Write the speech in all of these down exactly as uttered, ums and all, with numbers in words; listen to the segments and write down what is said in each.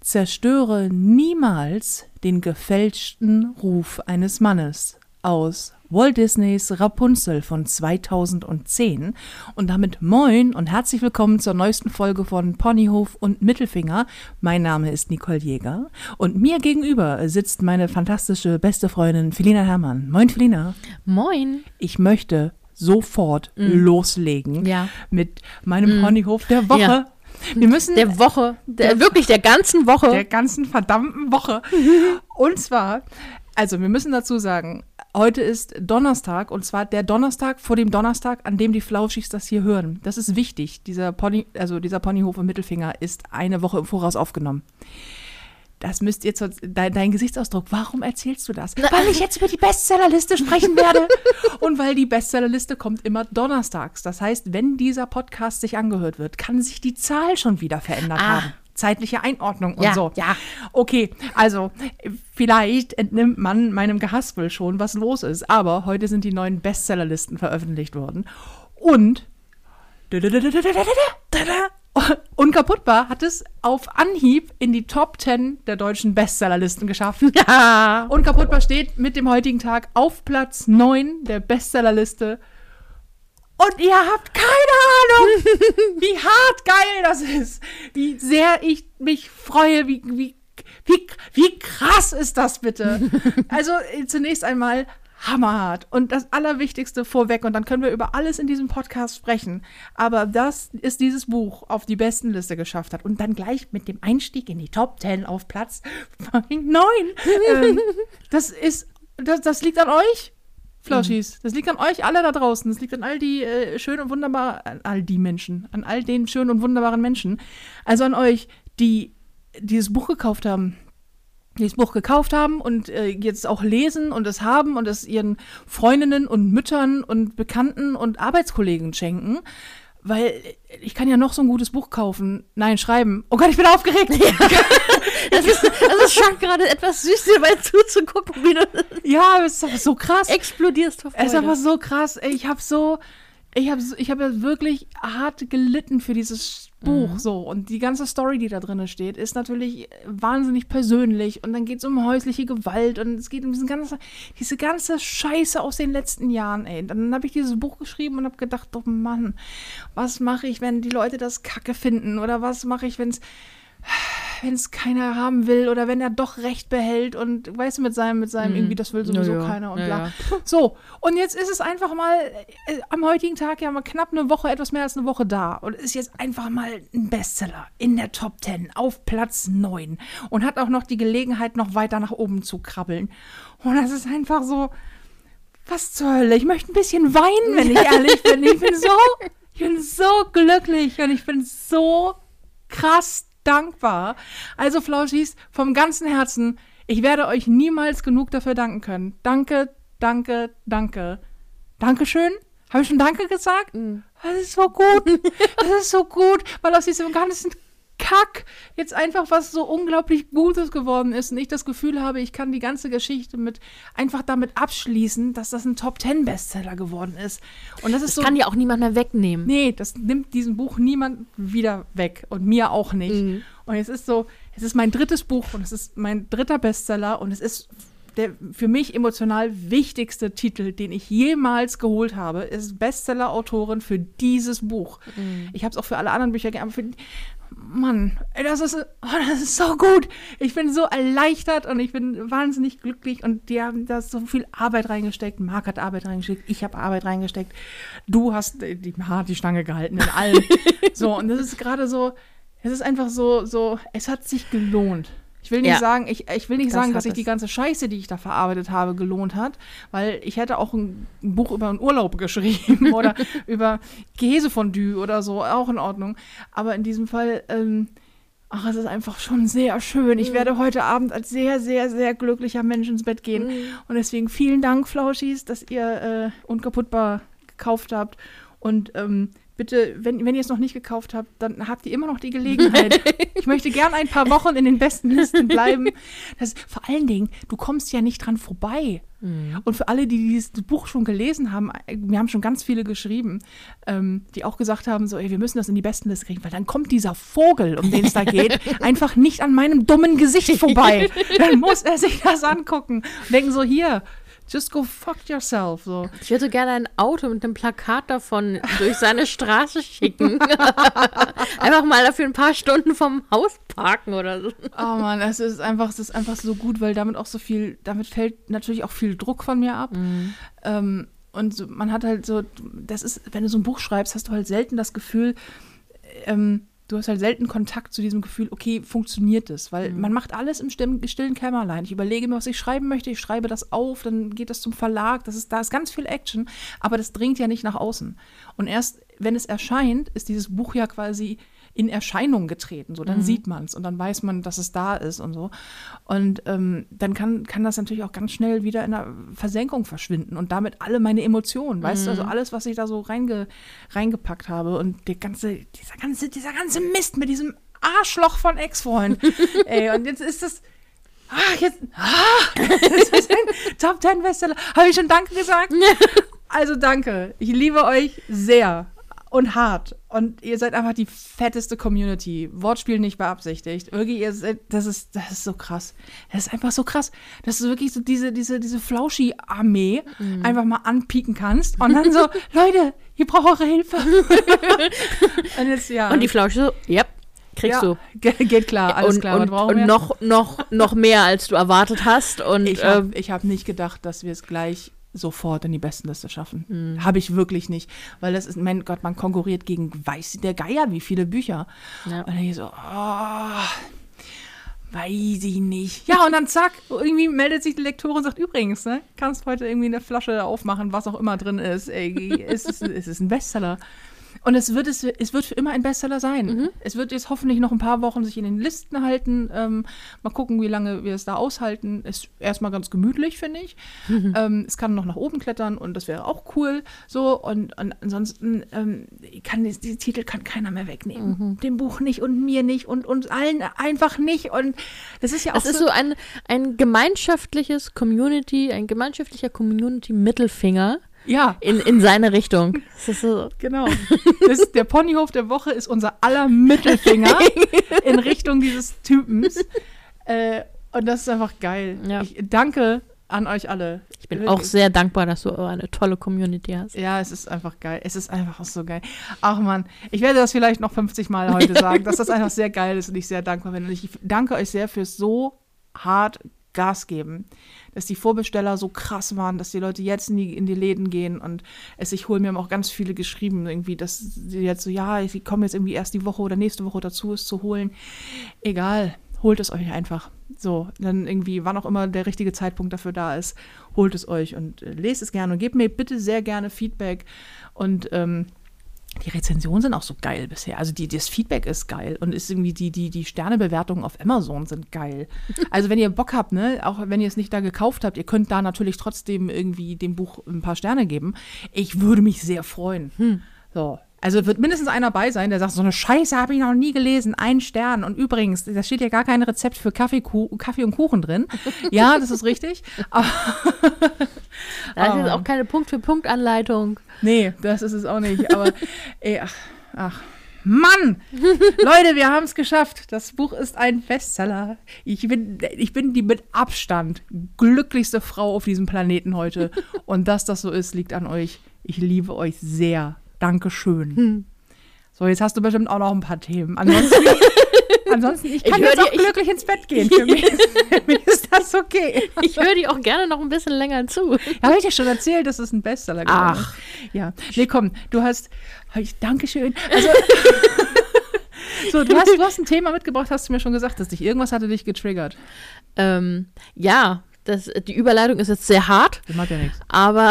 Zerstöre niemals den gefälschten Ruf eines Mannes aus Walt Disneys Rapunzel von zweitausendzehn. Und damit moin und herzlich willkommen zur neuesten Folge von Ponyhof und Mittelfinger. Mein Name ist Nicole Jäger und mir gegenüber sitzt meine fantastische beste Freundin Felina Herrmann. Moin Felina. Moin. Ich möchte sofort mm. loslegen ja. mit meinem mm. Ponyhof der Woche. Ja. Wir müssen der Woche, der, der, wirklich der ganzen Woche. Der ganzen verdammten Woche. Und zwar, also wir müssen dazu sagen, heute ist Donnerstag und zwar der Donnerstag vor dem Donnerstag, an dem die Flauschis das hier hören. Das ist wichtig. Dieser Pony, also dieser Ponyhof im Mittelfinger ist eine Woche im Voraus aufgenommen. Das müsst ihr, zu, dein, dein Gesichtsausdruck, warum erzählst du das? Na, weil ich jetzt über die Bestsellerliste sprechen werde und weil die Bestsellerliste kommt immer donnerstags. Das heißt, wenn dieser Podcast sich angehört wird, kann sich die Zahl schon wieder verändert ah. haben. Zeitliche Einordnung und ja, so. Ja. Okay, also vielleicht entnimmt man meinem Gehaspel schon, was los ist. Aber heute sind die neuen Bestsellerlisten veröffentlicht worden. Und Unkaputtbar hat es auf Anhieb in die Top zehn der deutschen Bestsellerlisten geschafft. Ja. Unkaputtbar steht mit dem heutigen Tag auf Platz neun der Bestsellerliste. Und ihr habt keine Ahnung, wie hart geil das ist. Wie sehr ich mich freue. Wie, wie, wie, wie krass ist das bitte? Also zunächst einmal hammerhart. Und das Allerwichtigste vorweg, und dann können wir über alles in diesem Podcast sprechen, aber das ist dieses Buch auf die Bestenliste geschafft hat und dann gleich mit dem Einstieg in die Top zehn auf Platz neun. ähm, das ist, das, das liegt an euch, Flauschis. Das liegt an euch alle da draußen. Das liegt an all die äh, schönen und wunderbaren, an all die Menschen, an all den schönen und wunderbaren Menschen. Also an euch, die dieses Buch gekauft haben. Die das Buch gekauft haben und äh, jetzt auch lesen und es haben und es ihren Freundinnen und Müttern und Bekannten und Arbeitskollegen schenken. Weil ich kann ja noch so ein gutes Buch kaufen. Nein, schreiben. Oh Gott, ich bin aufgeregt. Ja. Das ist, das ist schon gerade etwas süß, dir dabei zuzugucken, wie du ja, es ist aber so krass. Explodierst vor Freude. Es ist aber so krass. Ich habe so, ich habe ich hab ja wirklich hart gelitten für dieses Buch. Mhm. So. Und die ganze Story, die da drin steht, ist natürlich wahnsinnig persönlich. Und dann geht es um häusliche Gewalt und es geht um diesen ganzen, diese ganze Scheiße aus den letzten Jahren, ey. Dann habe ich dieses Buch geschrieben und habe gedacht, oh Mann, was mache ich, wenn die Leute das Kacke finden? Oder was mache ich, wenn es wenn es keiner haben will oder wenn er doch Recht behält und, weißt du, mit seinem, mit seinem mm. irgendwie, das will sowieso ja, ja. keiner und ja, bla. Ja. So, und jetzt ist es einfach mal äh, am heutigen Tag ja mal knapp eine Woche, etwas mehr als eine Woche da und ist jetzt einfach mal ein Bestseller in der Top zehn auf Platz neun und hat auch noch die Gelegenheit, noch weiter nach oben zu krabbeln. Und das ist einfach so, was zur Hölle? Ich möchte ein bisschen weinen, wenn ich ehrlich bin. Ich bin so, ich bin so glücklich und ich bin so krass dankbar. Also Flauschis, vom ganzen Herzen, ich werde euch niemals genug dafür danken können. Danke, danke, danke. Dankeschön. Habe ich schon Danke gesagt? Mm. Das ist so gut. Das ist so gut, weil aus diesem ganzen Kack jetzt einfach was so unglaublich Gutes geworden ist und ich das Gefühl habe, ich kann die ganze Geschichte mit einfach damit abschließen, dass das ein Top zehn Bestseller geworden ist. Und das ist das so, kann ja auch niemand mehr wegnehmen. Nee, das nimmt diesem Buch niemand wieder weg und mir auch nicht. Mhm. Und es ist so, es ist mein drittes Buch und es ist mein dritter Bestseller und es ist der für mich emotional wichtigste Titel, den ich jemals geholt habe, ist Bestseller-Autorin für dieses Buch. Mhm. Ich habe es auch für alle anderen Bücher gegeben, aber für Mann, das ist, oh, das ist so gut. Ich bin so erleichtert und ich bin wahnsinnig glücklich und die haben da so viel Arbeit reingesteckt. Marc hat Arbeit reingesteckt, ich habe Arbeit reingesteckt. Du hast die, hart die Stange gehalten in allem. So, und das ist gerade so, es ist einfach so, so, es hat sich gelohnt. Ich will nicht ja. sagen, ich, ich will nicht das sagen, dass sich die ganze Scheiße, die ich da verarbeitet habe, gelohnt hat, weil ich hätte auch ein, ein Buch über einen Urlaub geschrieben oder über Käsefondue oder so, auch in Ordnung. Aber in diesem Fall, ähm, ach, es ist einfach schon sehr schön. Ich mhm. werde heute Abend als sehr, sehr, sehr glücklicher Mensch ins Bett gehen. Mhm. Und deswegen vielen Dank, Flauschis, dass ihr äh, Unkaputtbar gekauft habt. Und ähm, bitte, wenn, wenn ihr es noch nicht gekauft habt, dann habt ihr immer noch die Gelegenheit. Ich möchte gern ein paar Wochen in den besten Listen bleiben. Das, vor allen Dingen, du kommst ja nicht dran vorbei. Mhm. Und für alle, die dieses Buch schon gelesen haben, wir haben schon ganz viele geschrieben, ähm, die auch gesagt haben, so, ey, wir müssen das in die besten Liste kriegen, weil dann kommt dieser Vogel, um den es da geht, einfach nicht an meinem dummen Gesicht vorbei. Dann muss er sich das angucken und denken so, hier, just go fuck yourself. So. Ich würde so gerne ein Auto mit einem Plakat davon durch seine Straße schicken. Einfach mal dafür ein paar Stunden vom Haus parken oder so. Oh Mann, es ist einfach, es ist einfach so gut, weil damit auch so viel, damit fällt natürlich auch viel Druck von mir ab. Mhm. Ähm, und so, man hat halt so, das ist, wenn du so ein Buch schreibst, hast du halt selten das Gefühl, ähm, du hast halt selten Kontakt zu diesem Gefühl, okay, funktioniert das? Weil mhm. man macht alles im stillen, stillen Kämmerlein. Ich überlege mir, was ich schreiben möchte, ich schreibe das auf, dann geht das zum Verlag, das ist, da ist ganz viel Action, aber das dringt ja nicht nach außen. Und erst, wenn es erscheint, ist dieses Buch ja quasi in Erscheinung getreten. So, dann mhm. sieht man es und dann weiß man, dass es da ist und so. Und ähm, dann kann, kann das natürlich auch ganz schnell wieder in der Versenkung verschwinden und damit alle meine Emotionen, weißt mhm. du, also alles, was ich da so reinge, reingepackt habe und der ganze, dieser ganze, dieser ganze Mist mit diesem Arschloch von Ex-Freund. Ey, und jetzt ist das Ah, jetzt, ah, das ist ein Top Ten Bestseller. Habe ich schon Danke gesagt? Also danke. Ich liebe euch sehr und hart. Und ihr seid einfach die fetteste Community. Wortspiel nicht beabsichtigt. Wirklich, ihr seid, das ist, das ist so krass. Das ist einfach so krass. Dass du wirklich so diese, diese, diese Flauschi-Armee mhm. einfach mal anpieken kannst. Und dann so, Leute, ihr braucht eure Hilfe. Und jetzt, ja. Und die Flauschi so, yep. Kriegst ja, du. Geht klar, alles und, klar. Und, und noch, noch, noch mehr, als du erwartet hast. Und, ich habe äh, hab nicht gedacht, dass wir es gleich sofort in die Bestenliste schaffen. Mhm. Habe ich wirklich nicht. Weil das ist, mein Gott, man konkurriert gegen weiß der Geier, wie viele Bücher. Ja. Und dann hier so, oh, weiß ich nicht. Ja, und dann zack, irgendwie meldet sich die Lektorin und sagt, übrigens, ne, kannst heute irgendwie eine Flasche aufmachen, was auch immer drin ist. Ey, es ist, es ist ein Bestseller. Und es wird, es, es wird für immer ein Bestseller sein. Mhm. Es wird jetzt hoffentlich noch ein paar Wochen sich in den Listen halten. Ähm, mal gucken, wie lange wir es da aushalten. Ist erstmal ganz gemütlich, finde ich. Mhm. Ähm, es kann noch nach oben klettern und das wäre auch cool. So, und, und ansonsten ähm, kann die, die Titel kann keiner mehr wegnehmen. Mhm. Dem Buch nicht und mir nicht und uns allen einfach nicht. Und das ist ja auch das ist so ein, ein gemeinschaftliches Community, ein gemeinschaftlicher Community-Mittelfinger. Ja. In, in seine Richtung. Das ist so. Genau. Das, der Ponyhof der Woche ist unser aller Mittelfinger in Richtung dieses Typens. Äh, und das ist einfach geil. Ja. Ich danke an euch alle. Ich bin auch sehr dankbar, dass du eine tolle Community hast. Ja, es ist einfach geil. Es ist einfach so geil. Ach man, ich werde das vielleicht noch fünfzig Mal heute sagen, dass das einfach sehr geil ist und ich sehr dankbar bin. Und ich danke euch sehr fürs so hart Gas geben, dass die Vorbesteller so krass waren, dass die Leute jetzt in die, in die Läden gehen und es sich holen. Mir haben auch ganz viele geschrieben, irgendwie, dass sie jetzt so, ja, sie kommen jetzt irgendwie erst die Woche oder nächste Woche dazu, es zu holen. Egal, holt es euch einfach. So, dann irgendwie, wann auch immer der richtige Zeitpunkt dafür da ist, holt es euch und äh, lest es gerne und gebt mir bitte sehr gerne Feedback und ähm, die Rezensionen sind auch so geil bisher. Also die, das Feedback ist geil und ist irgendwie die, die, die Sternebewertungen auf Amazon sind geil. Also wenn ihr Bock habt, ne, auch wenn ihr es nicht da gekauft habt, ihr könnt da natürlich trotzdem irgendwie dem Buch ein paar Sterne geben. Ich würde mich sehr freuen. Hm. So. Also wird mindestens einer bei sein, der sagt, so eine Scheiße habe ich noch nie gelesen, ein Stern. Und übrigens, da steht ja gar kein Rezept für Kaffee, Kuh, Kaffee und Kuchen drin. Ja, das ist richtig. Aber da ist jetzt auch keine Punkt-für-Punkt-Anleitung. Nee, das ist es auch nicht. Aber ey, ach, ach, Mann! Leute, wir haben es geschafft. Das Buch ist ein Bestseller. Ich bin, ich bin die mit Abstand glücklichste Frau auf diesem Planeten heute. Und dass das so ist, liegt an euch. Ich liebe euch sehr. Dankeschön. Hm. So, jetzt hast du bestimmt auch noch ein paar Themen. Ansonsten, ansonsten ich kann ich jetzt auch dir, glücklich ich, ins Bett gehen. Für mich, für mich ist das okay. Ich höre dir auch gerne noch ein bisschen länger zu. Ja, habe ich dir schon erzählt, dass es ein Bestseller geworden ist. Ach. Ja. Nee, komm, du hast, Dankeschön. Also, so, du hast, du hast ein Thema mitgebracht, hast du mir schon gesagt, dass dich irgendwas hatte dich getriggert. Ähm, ja. Das, die Überleitung ist jetzt sehr hart. Das macht ja nichts. Aber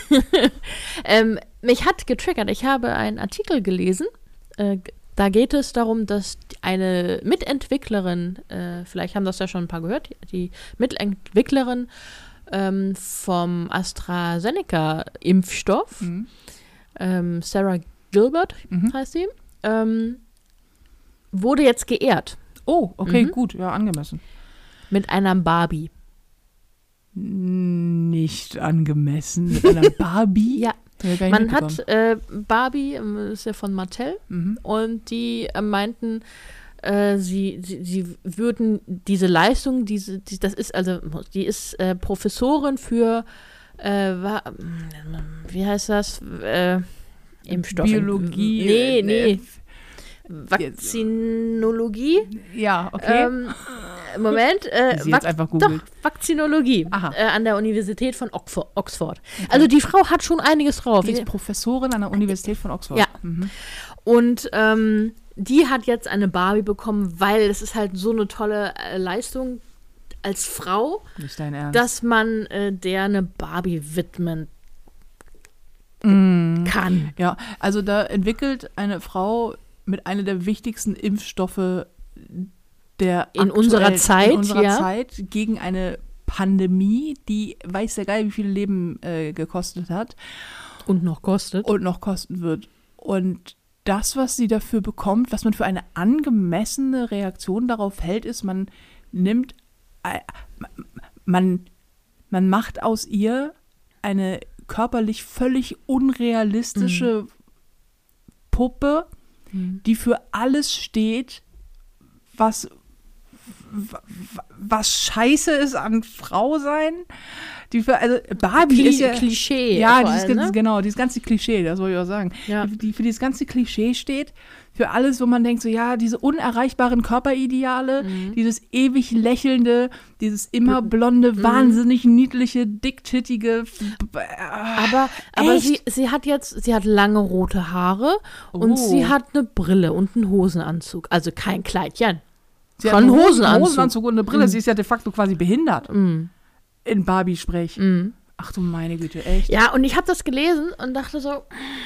ähm, mich hat getriggert. Ich habe einen Artikel gelesen. Äh, da geht es darum, dass eine Mitentwicklerin, äh, vielleicht haben das ja schon ein paar gehört, die Mitentwicklerin ähm, vom AstraZeneca-Impfstoff, mhm. ähm, Sarah Gilbert Mhm. heißt sie, ähm, wurde jetzt geehrt Oh, okay, Mhm. gut, ja, angemessen. mit einer Barbie. Nicht angemessen. Mit einer Barbie? Ja, Hab ich gar nicht man mitbekommen. hat äh, Barbie, ähm, ist ja von Mattel, Mhm. und die äh, meinten, äh, sie, sie, sie würden diese Leistung, diese, die, das ist also, die ist äh, Professorin für, äh, wa- wie heißt das? Äh, Impfstoffe. Biologie. Nee, äh, nee. Vakzinologie? Ja, okay. Ähm, Moment, äh, Sie jetzt Vak- einfach doch, googelt. Vakzinologie Aha. äh, an der Universität von Oxford. Oxford. Also die Frau hat schon einiges drauf. Die ist Professorin an der Universität von Oxford. Ja. Mhm. Und ähm, die hat jetzt eine Barbie bekommen, weil es ist halt so eine tolle äh, Leistung als Frau, Nicht dein Ernst. dass man äh, der eine Barbie widmen Mhm. kann. Ja, also da entwickelt eine Frau mit einer der wichtigsten Impfstoffe der In aktuellen- unserer Zeit, in unserer ja. Zeit gegen eine Pandemie, die weiß der Geil, wie viele Leben äh, gekostet hat Und noch kostet. und noch kosten wird. Und das, was sie dafür bekommt, was man für eine angemessene Reaktion darauf hält, ist, man nimmt, äh, man, man macht aus ihr eine körperlich völlig unrealistische Puppe, Mhm. die für alles steht, was, w- w- was scheiße ist an Frau sein. Die für, also Barbie Kli ist ja Klischee. ja, vor dieses, allem, ganze- ne? genau, dieses ganze Klischee, das wollte ich auch sagen. Ja. Die, die für dieses ganze Klischee steht, für alles, wo man denkt, so ja, diese unerreichbaren Körperideale, Mhm. dieses ewig lächelnde, dieses immer blonde, wahnsinnig niedliche, dicktittige. Aber, aber Echt? sie, sie hat jetzt, sie hat lange rote Haare und Oh. sie hat eine Brille und einen Hosenanzug. Also kein Kleidchen. Sie Schon hat einen Hosen- Hosenanzug. Hosenanzug und eine Brille. Mhm. Sie ist ja de facto quasi behindert. Mhm. In Barbie-Sprech. Mhm. Ach du meine Güte, echt? Ja, und ich habe das gelesen und dachte so,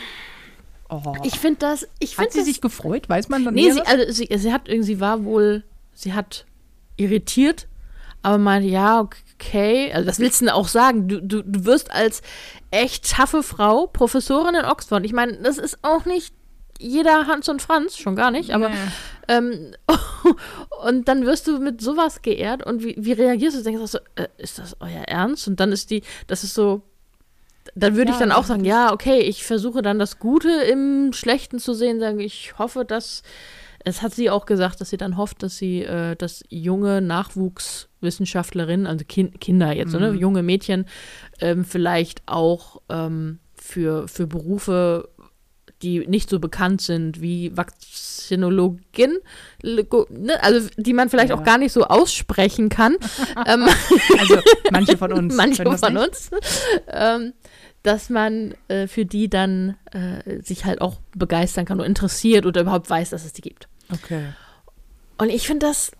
Oh. ich finde das, ich finde Hat sie das, sich gefreut? Weiß man dann nee, Näheres? sie, also sie, sie hat irgendwie, sie war wohl, sie hat irritiert, aber meinte, ja, okay, also was willst du denn auch sagen? Du, du, du wirst als echt taffe Frau Professorin in Oxford. Ich meine, das ist auch nicht jeder Hans und Franz, schon gar nicht, aber Nee. ähm, und dann wirst du mit sowas geehrt und wie, wie reagierst du? Du denkst auch so, äh, ist das euer Ernst? Und dann ist die, das ist so, dann würde Ja, ich dann auch das sagen, ist- ja, okay, ich versuche dann das Gute im Schlechten zu sehen, sagen, ich hoffe, dass, es hat sie auch gesagt, dass sie dann hofft, dass sie, äh, dass junge Nachwuchswissenschaftlerinnen, also kind, Kinder jetzt, ne, junge Mädchen, ähm, vielleicht auch ähm, für, für Berufe, die nicht so bekannt sind wie Vakzinologin, Lego- ne, also die man vielleicht Ja. auch gar nicht so aussprechen kann. ähm, Also manche von uns. manche können das von nicht. uns, ähm, dass man äh, für die dann äh, sich halt auch begeistern kann oder interessiert oder überhaupt weiß, dass es die gibt. Okay. Und ich finde das,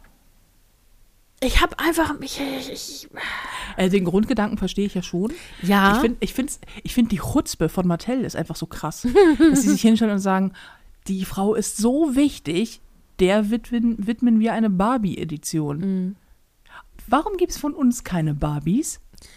ich habe einfach, ich, ich, ich, Äh, den Grundgedanken verstehe ich ja schon. ja, Ich finde, ich find's, ich find die Chutzpe von Mattel ist einfach so krass, dass sie sich hinstellen und sagen, die Frau ist so wichtig, der widmen, widmen wir eine Barbie-Edition. Mhm. Warum gibt es von uns keine Barbies?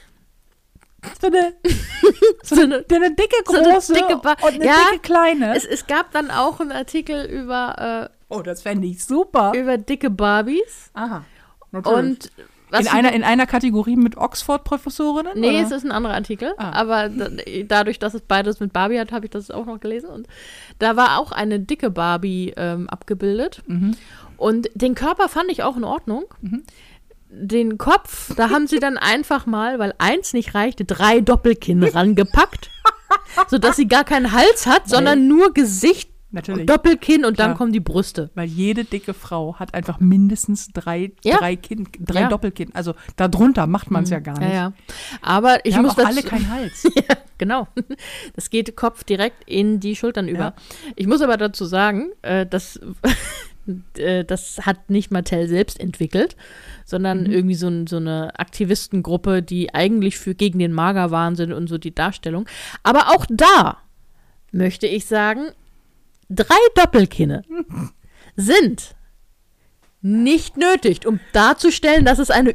So eine, so eine, so eine dicke So eine große dicke Ba- und eine Ja, dicke kleine. es, es gab dann auch einen Artikel über, Oh, das fände ich super. äh, über dicke Barbies Aha. und was in, sie- einer, in einer Kategorie mit Oxford-Professorinnen? Nee, oder? es ist ein anderer Artikel, Ah. aber da, dadurch, dass es beides mit Barbie hat, habe ich das auch noch gelesen. Und da war auch eine dicke Barbie ähm, abgebildet. Mhm. Und den Körper fand ich auch in Ordnung. Den Kopf, da haben sie dann einfach mal, weil eins nicht reichte, drei Doppelkinn rangepackt, sodass sie gar keinen Hals hat, sondern nur Gesicht, Natürlich. Doppelkinn und dann Klar. kommen die Brüste. Weil jede dicke Frau hat einfach mindestens drei, Ja. drei, Kinn, drei Ja. Doppelkinn. Also darunter macht man es ja gar nicht. Ja, ja. Aber ich Die haben muss auch dazu, alle keinen Hals. Ja, genau. Das geht Kopf direkt in die Schultern über. Ja. Ich muss aber dazu sagen, äh, dass äh, das hat nicht Mattel selbst entwickelt, sondern irgendwie so, ein, so eine Aktivistengruppe, die eigentlich für gegen den Magerwahnsinn und so die Darstellung. Aber auch da möchte ich sagen, drei Doppelkinne sind nicht nötig, um darzustellen, dass es eine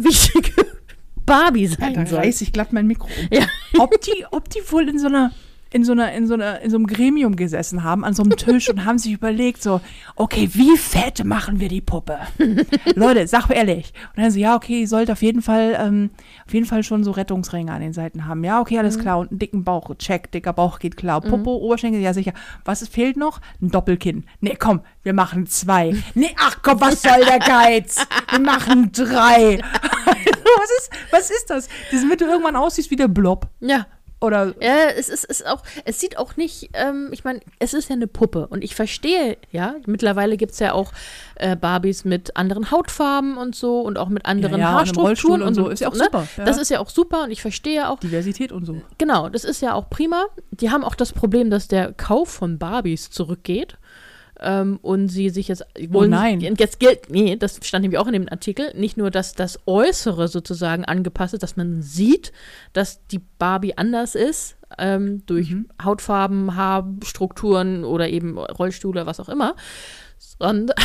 übergewichtige Barbie sein Da soll. reiß ich glatt mein Mikro um. Ja. Ob die, ob die wohl in so einer in so einer, in so einer, in so einem Gremium gesessen haben, an so einem Tisch und haben sich überlegt, so, okay, wie fett machen wir die Puppe? Leute, sag ehrlich. Und dann so, ja, okay, ihr sollt auf jeden Fall, ähm, auf jeden Fall schon so Rettungsringe an den Seiten haben. Ja, okay, alles mhm. klar. Und einen dicken Bauch, check, dicker Bauch geht klar. Popo, mhm. Oberschenkel, ja sicher. Was ist, fehlt noch? Ein Doppelkinn. Nee, komm, wir machen zwei. Nee, ach komm, was soll der Geiz? Wir machen drei. was ist, was ist das? Damit du irgendwann aussiehst wie der Blob. Ja. Oder ja, es ist, ist auch, es sieht auch nicht, ähm, ich meine, es ist ja eine Puppe und ich verstehe, ja, mittlerweile gibt es ja auch äh, Barbies mit anderen Hautfarben und so und auch mit anderen ja, ja, Haarstrukturen und, und so, ist ja auch ne? super. Ja. Das ist ja auch super und ich verstehe auch. Diversität und so. Genau, das ist ja auch prima. Die haben auch das Problem, dass der Kauf von Barbies zurückgeht. Ähm, und sie sich jetzt wollen, oh nein. Jetzt gilt, nee, das stand nämlich auch in dem Artikel, nicht nur, dass das Äußere sozusagen angepasst ist, dass man sieht, dass die Barbie anders ist, ähm, durch mhm. Hautfarben, Haarstrukturen oder eben Rollstühle, was auch immer, sondern,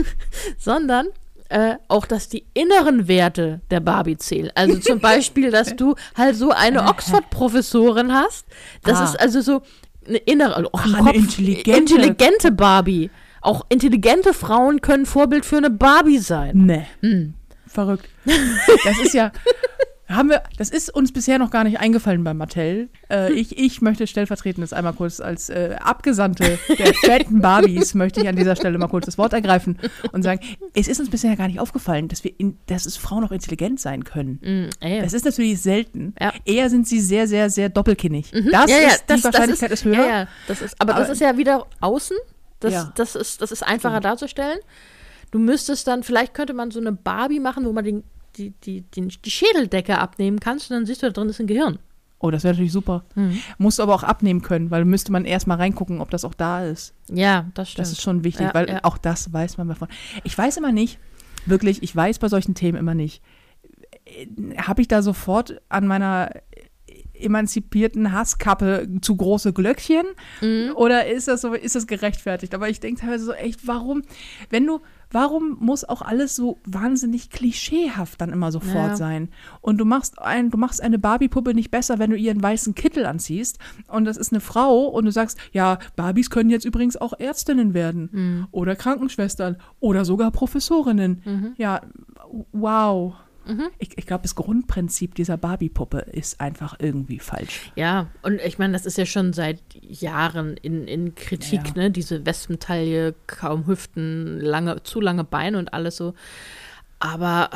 sondern äh, auch, dass die inneren Werte der Barbie zählen. Also zum Beispiel, dass du halt so eine Oxford-Professorin hast, das ah. ist also so eine innere, also auch Ach, eine Kopf, intelligente. intelligente Barbie. Auch intelligente Frauen können Vorbild für eine Barbie sein. Nee. Hm. Verrückt. Das ist ja, haben wir, das ist uns bisher noch gar nicht eingefallen bei Mattel. Äh, ich, ich möchte stellvertretend das einmal kurz als äh, Abgesandte der fetten Barbies möchte ich an dieser Stelle mal kurz das Wort ergreifen und sagen, es ist uns bisher gar nicht aufgefallen, dass wir in, dass es Frauen auch intelligent sein können. Mm, ja. Das ist natürlich selten. Ja. Eher sind sie sehr, sehr, sehr doppelkinnig. Mhm. Das ja, ja, ist, das, die Wahrscheinlichkeit das ist, ist höher. Ja, ja, das ist, aber, aber das ist ja wieder außen. Das, ja. das, ist, das ist einfacher darzustellen. Du müsstest dann, vielleicht könnte man so eine Barbie machen, wo man den, die, die, die, die Schädeldecke abnehmen kannst und dann siehst du, da drin ist ein Gehirn. Oh, das wäre natürlich super. Mhm. Musst du aber auch abnehmen können, weil müsste man erstmal reingucken, ob das auch da ist. Ja, das stimmt. Das ist schon wichtig, ja, weil ja. auch das weiß man davon. Ich weiß immer nicht, wirklich, ich weiß bei solchen Themen immer nicht, habe ich da sofort an meiner emanzipierten Hasskappe zu große Glöckchen mhm. oder ist das so, ist das gerechtfertigt? Aber ich denke teilweise so, echt, warum, wenn du, warum muss auch alles so wahnsinnig klischeehaft dann immer sofort ja. sein? Und du machst ein, du machst eine Barbie-Puppe nicht besser, wenn du ihren weißen Kittel anziehst und das ist eine Frau und du sagst, ja, Barbies können jetzt übrigens auch Ärztinnen werden mhm. oder Krankenschwestern oder sogar Professorinnen. Mhm. Ja, wow. Mhm. Ich, ich glaube, das Grundprinzip dieser Barbie-Puppe ist einfach irgendwie falsch. Ja, und ich meine, das ist ja schon seit Jahren in, in Kritik, ja. ne? Diese Wespentaille, kaum Hüften, lange, zu lange Beine und alles so. Aber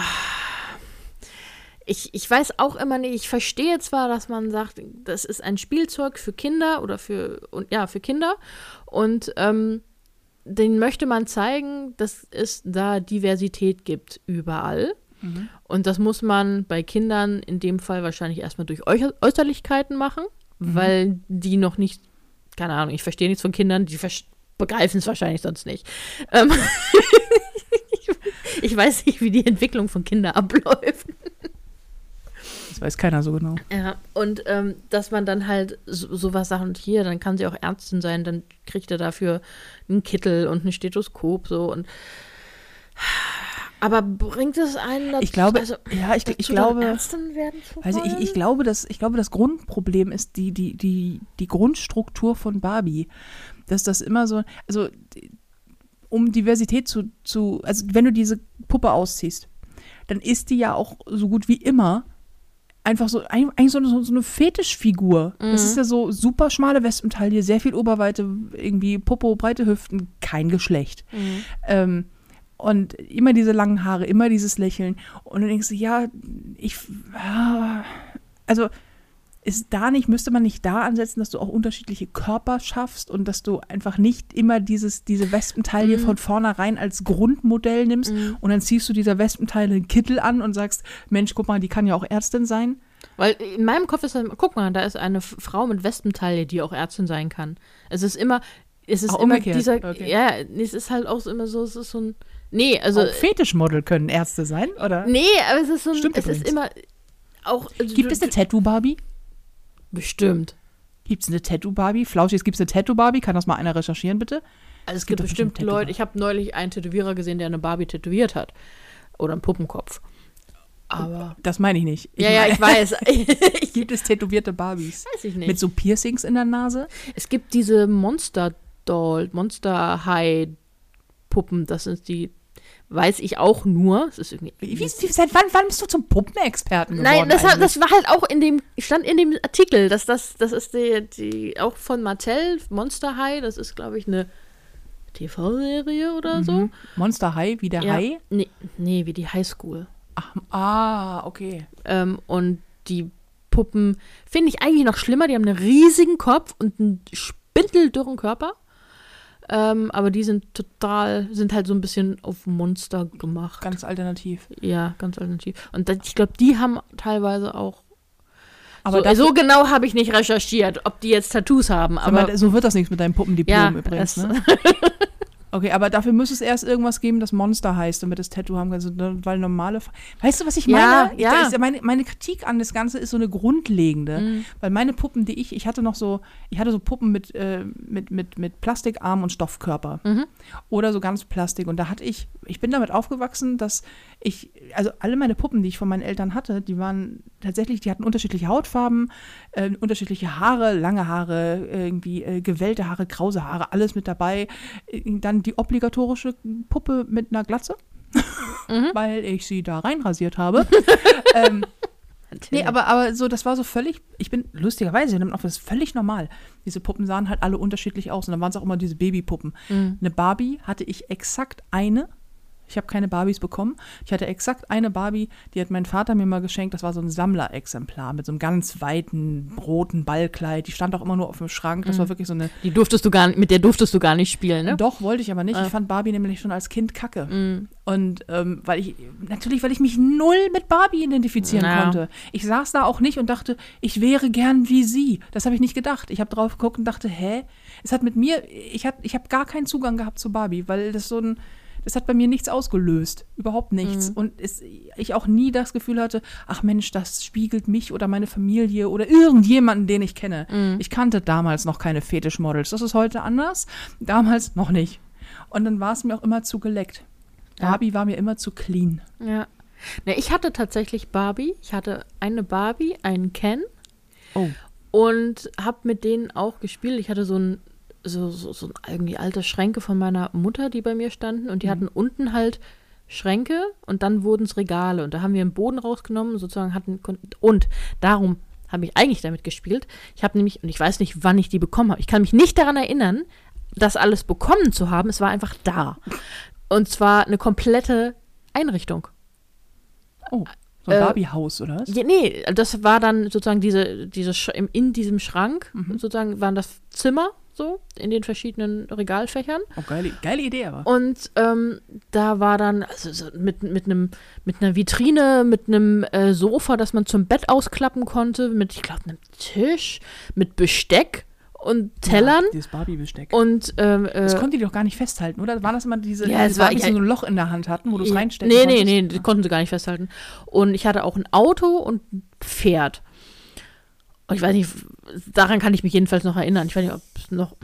ich, ich weiß auch immer nicht, ich verstehe zwar, dass man sagt, das ist ein Spielzeug für Kinder oder für, und, ja, für Kinder und ähm, den möchte man zeigen, dass es da Diversität gibt überall. Mhm. Und das muss man bei Kindern in dem Fall wahrscheinlich erstmal durch Äußerlichkeiten machen, mhm. weil die noch nicht, keine Ahnung, ich verstehe nichts von Kindern, die begreifen es wahrscheinlich sonst nicht. Ähm ich, ich weiß nicht, wie die Entwicklung von Kindern abläuft. Das weiß keiner so genau. Ja, und ähm, dass man dann halt so, sowas sagt, und hier, dann kann sie auch Ärztin sein, dann kriegt er dafür einen Kittel und ein Stethoskop so und aber bringt es einen dazu, ich glaube, also, ja, ich, dazu ich glaube, Ärztin werden zu also ich, ich glaube, dass ich glaube, das Grundproblem ist die die die die Grundstruktur von Barbie, dass das immer so, also um Diversität zu zu, also wenn du diese Puppe ausziehst, dann ist die ja auch so gut wie immer einfach so eigentlich so eine, so eine Fetischfigur. Mhm. Das ist ja so super schmale Wespentaille, sehr viel Oberweite, irgendwie Popo, breite Hüften, kein Geschlecht. Mhm. Ähm, Und immer diese langen Haare, immer dieses Lächeln. Und du denkst, ja, ich, also ist da nicht, müsste man nicht da ansetzen, dass du auch unterschiedliche Körper schaffst und dass du einfach nicht immer dieses, diese Wespentaille mm. von vornherein als Grundmodell nimmst mm. und dann ziehst du dieser Wespentaille einen Kittel an und sagst, Mensch, guck mal, die kann ja auch Ärztin sein. Weil in meinem Kopf ist, guck mal, da ist eine Frau mit Wespentaille, die auch Ärztin sein kann. Es ist immer, es ist auch immer umgekehrt. dieser, okay. ja, es ist halt auch immer so, es ist so ein, nee, also. Auch Fetischmodel können Ärzte sein, oder? Nee, aber es ist so ein, Stimmt es übrigens. ist immer auch. Also Gibt du, es eine Tattoo-Barbie? Bestimmt. Gibt es eine Tattoo-Barbie? Flauschis, gibt es eine Tattoo-Barbie? Kann das mal einer recherchieren, bitte? Also es gibt, gibt bestimmt Leute, ich habe neulich einen Tätowierer gesehen, der eine Barbie tätowiert hat. Oder einen Puppenkopf. Aber. Das meine ich nicht. Ich ja, ja, meine, ich weiß. gibt es tätowierte Barbies? Weiß ich nicht. Mit so Piercings in der Nase? Es gibt diese Monster Doll, Monster High Puppen. Das sind die, weiß ich auch nur. Das ist irgendwie. Wie, wie, seit wann, wann bist du zum Puppenexperten geworden? Nein, das, hat, das war halt auch in dem, stand in dem Artikel, dass das, das ist die, die, auch von Mattel, Monster High, das ist, glaube ich, eine T V-Serie oder mhm. so. Monster High, wie der ja, Hai? Nee, nee, wie die Highschool. Ach, ah, okay. Ähm, und die Puppen finde ich eigentlich noch schlimmer. Die haben einen riesigen Kopf und einen spindeldürren Körper. Ähm, aber die sind total, sind halt so ein bisschen auf Monster gemacht. Ganz alternativ. Ja, ganz alternativ. Und das, ich glaube, die haben teilweise auch. Aber so, dafür, so genau habe ich nicht recherchiert, ob die jetzt Tattoos haben. Aber mal, so wird das nichts mit deinem Puppendiplom ja, übrigens, es, ne? Okay, aber dafür muss es erst irgendwas geben, das Monster heißt, damit das Tattoo haben kannst. Weil normale. Weißt du, was ich meine? Ja, ich, ja. Ist, meine, meine Kritik an das Ganze ist so eine grundlegende. Mhm. Weil meine Puppen, die ich, ich hatte noch so, ich hatte so Puppen mit, äh, mit, mit, mit Plastikarm und Stoffkörper. Mhm. Oder so ganz Plastik. Und da hatte ich, ich bin damit aufgewachsen, dass ich, also alle meine Puppen, die ich von meinen Eltern hatte, die waren tatsächlich, die hatten unterschiedliche Hautfarben, äh, unterschiedliche Haare, lange Haare, irgendwie äh, gewellte Haare, krause Haare, alles mit dabei. Äh, dann die obligatorische Puppe mit einer Glatze, mhm. weil ich sie da reinrasiert habe. ähm, nee, aber, aber so, das war so völlig, ich bin lustigerweise, das ist völlig normal. Diese Puppen sahen halt alle unterschiedlich aus und dann waren es auch immer diese Babypuppen. Mhm. Eine Barbie hatte ich exakt eine. Ich habe keine Barbies bekommen. Ich hatte exakt eine Barbie, die hat mein Vater mir mal geschenkt. Das war so ein Sammlerexemplar mit so einem ganz weiten, roten Ballkleid. Die stand auch immer nur auf dem Schrank. Das war wirklich so eine... Die durftest du gar nicht, mit der durftest du gar nicht spielen, ne? Doch, wollte ich aber nicht. Ah. Ich fand Barbie nämlich schon als Kind kacke. Mm. Und ähm, weil ich, natürlich, weil ich mich null mit Barbie identifizieren ja. konnte. Ich saß da auch nicht und dachte, ich wäre gern wie sie. Das habe ich nicht gedacht. Ich habe drauf geguckt und dachte, hä? Es hat mit mir, ich habe ich hab gar keinen Zugang gehabt zu Barbie, weil das so ein... Das hat bei mir nichts ausgelöst, überhaupt nichts. Mhm. Und es, ich auch nie das Gefühl hatte, ach Mensch, das spiegelt mich oder meine Familie oder irgendjemanden, den ich kenne. Mhm. Ich kannte damals noch keine Fetischmodels. Das ist heute anders, damals noch nicht. Und dann war es mir auch immer zu geleckt. Ja. Barbie war mir immer zu clean. Ja. Ne, ich hatte tatsächlich Barbie. Ich hatte eine Barbie, einen Ken. Oh. Und habe mit denen auch gespielt. Ich hatte so ein So, so, so irgendwie alte Schränke von meiner Mutter, die bei mir standen. Und die mhm. hatten unten halt Schränke und dann wurden es Regale. Und da haben wir einen Boden rausgenommen, sozusagen hatten. Und darum habe ich eigentlich damit gespielt. Ich habe nämlich, und ich weiß nicht, wann ich die bekommen habe. Ich kann mich nicht daran erinnern, das alles bekommen zu haben. Es war einfach da. Und zwar eine komplette Einrichtung. Oh. So ein äh, Barbie-Haus, oder was? Ja, nee, das war dann sozusagen diese, diese Sch- in diesem Schrank, mhm. sozusagen waren das Zimmer, so, in den verschiedenen Regalfächern. Oh, geile, geile Idee aber. Und ähm, da war dann, also so mit, mit, einem, mit einer Vitrine, mit einem äh, Sofa, das man zum Bett ausklappen konnte, mit, ich glaube, einem Tisch, mit Besteck und Tellern. Ja, dieses Barbie-Besteck. Und, ähm, äh, das konnten die doch gar nicht festhalten, oder? Waren das immer diese, ja, diese war, Barbies, die ja, so ein Loch in der Hand hatten, wo du es ja, reinstecken nee, konntest? Nee, nee, nee, konnten sie gar nicht festhalten. Und ich hatte auch ein Auto und ein Pferd. Und ich weiß nicht, daran kann ich mich jedenfalls noch erinnern. Ich weiß nicht, ob es noch,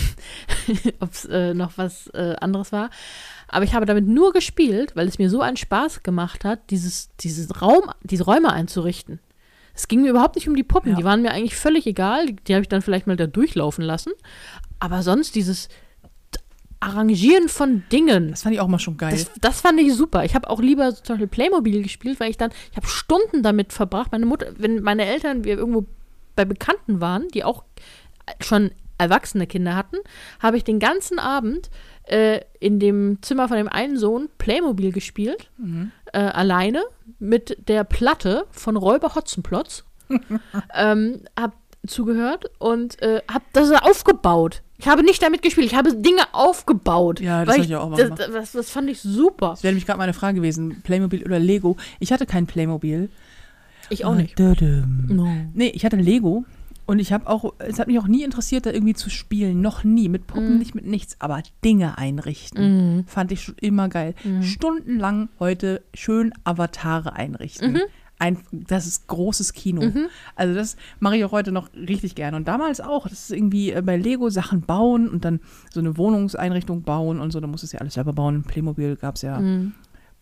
ob's, äh, noch was äh, anderes war. Aber ich habe damit nur gespielt, weil es mir so einen Spaß gemacht hat, dieses, dieses Raum, diese Räume einzurichten. Es ging mir überhaupt nicht um die Puppen, ja. Die waren mir eigentlich völlig egal. Die, die habe ich dann vielleicht mal da durchlaufen lassen. Aber sonst dieses Arrangieren von Dingen. Das fand ich auch mal schon geil. Das, das fand ich super. Ich habe auch lieber zum Beispiel Playmobil gespielt, weil ich dann, ich habe Stunden damit verbracht. Meine Mutter, wenn meine Eltern, wir irgendwo bei Bekannten waren, die auch schon erwachsene Kinder hatten, habe ich den ganzen Abend äh, in dem Zimmer von dem einen Sohn Playmobil gespielt, mhm. äh, alleine mit der Platte von Räuber Hotzenplotz. ähm, hab zugehört und äh, hab das aufgebaut. Ich habe nicht damit gespielt, ich habe Dinge aufgebaut. Ja, das habe ich, ich auch mal das, gemacht. Das, das fand ich super. Das wäre nämlich gerade meine Frage gewesen, Playmobil oder Lego. Ich hatte kein Playmobil. Ich auch nicht. No. Nee, ich hatte Lego und ich habe auch, es hat mich auch nie interessiert, da irgendwie zu spielen. Noch nie. Mit Puppen mm. nicht, mit nichts. Aber Dinge einrichten. Mm. Fand ich schon immer geil. Mm. Stundenlang heute schön Avatare einrichten. Mhm. Ein, das ist großes Kino. Mhm. Also das mache ich auch heute noch richtig gerne. Und damals auch. Das ist irgendwie bei Lego Sachen bauen und dann so eine Wohnungseinrichtung bauen und so. Da musst du es ja alles selber bauen. Playmobil gab es ja. Mhm.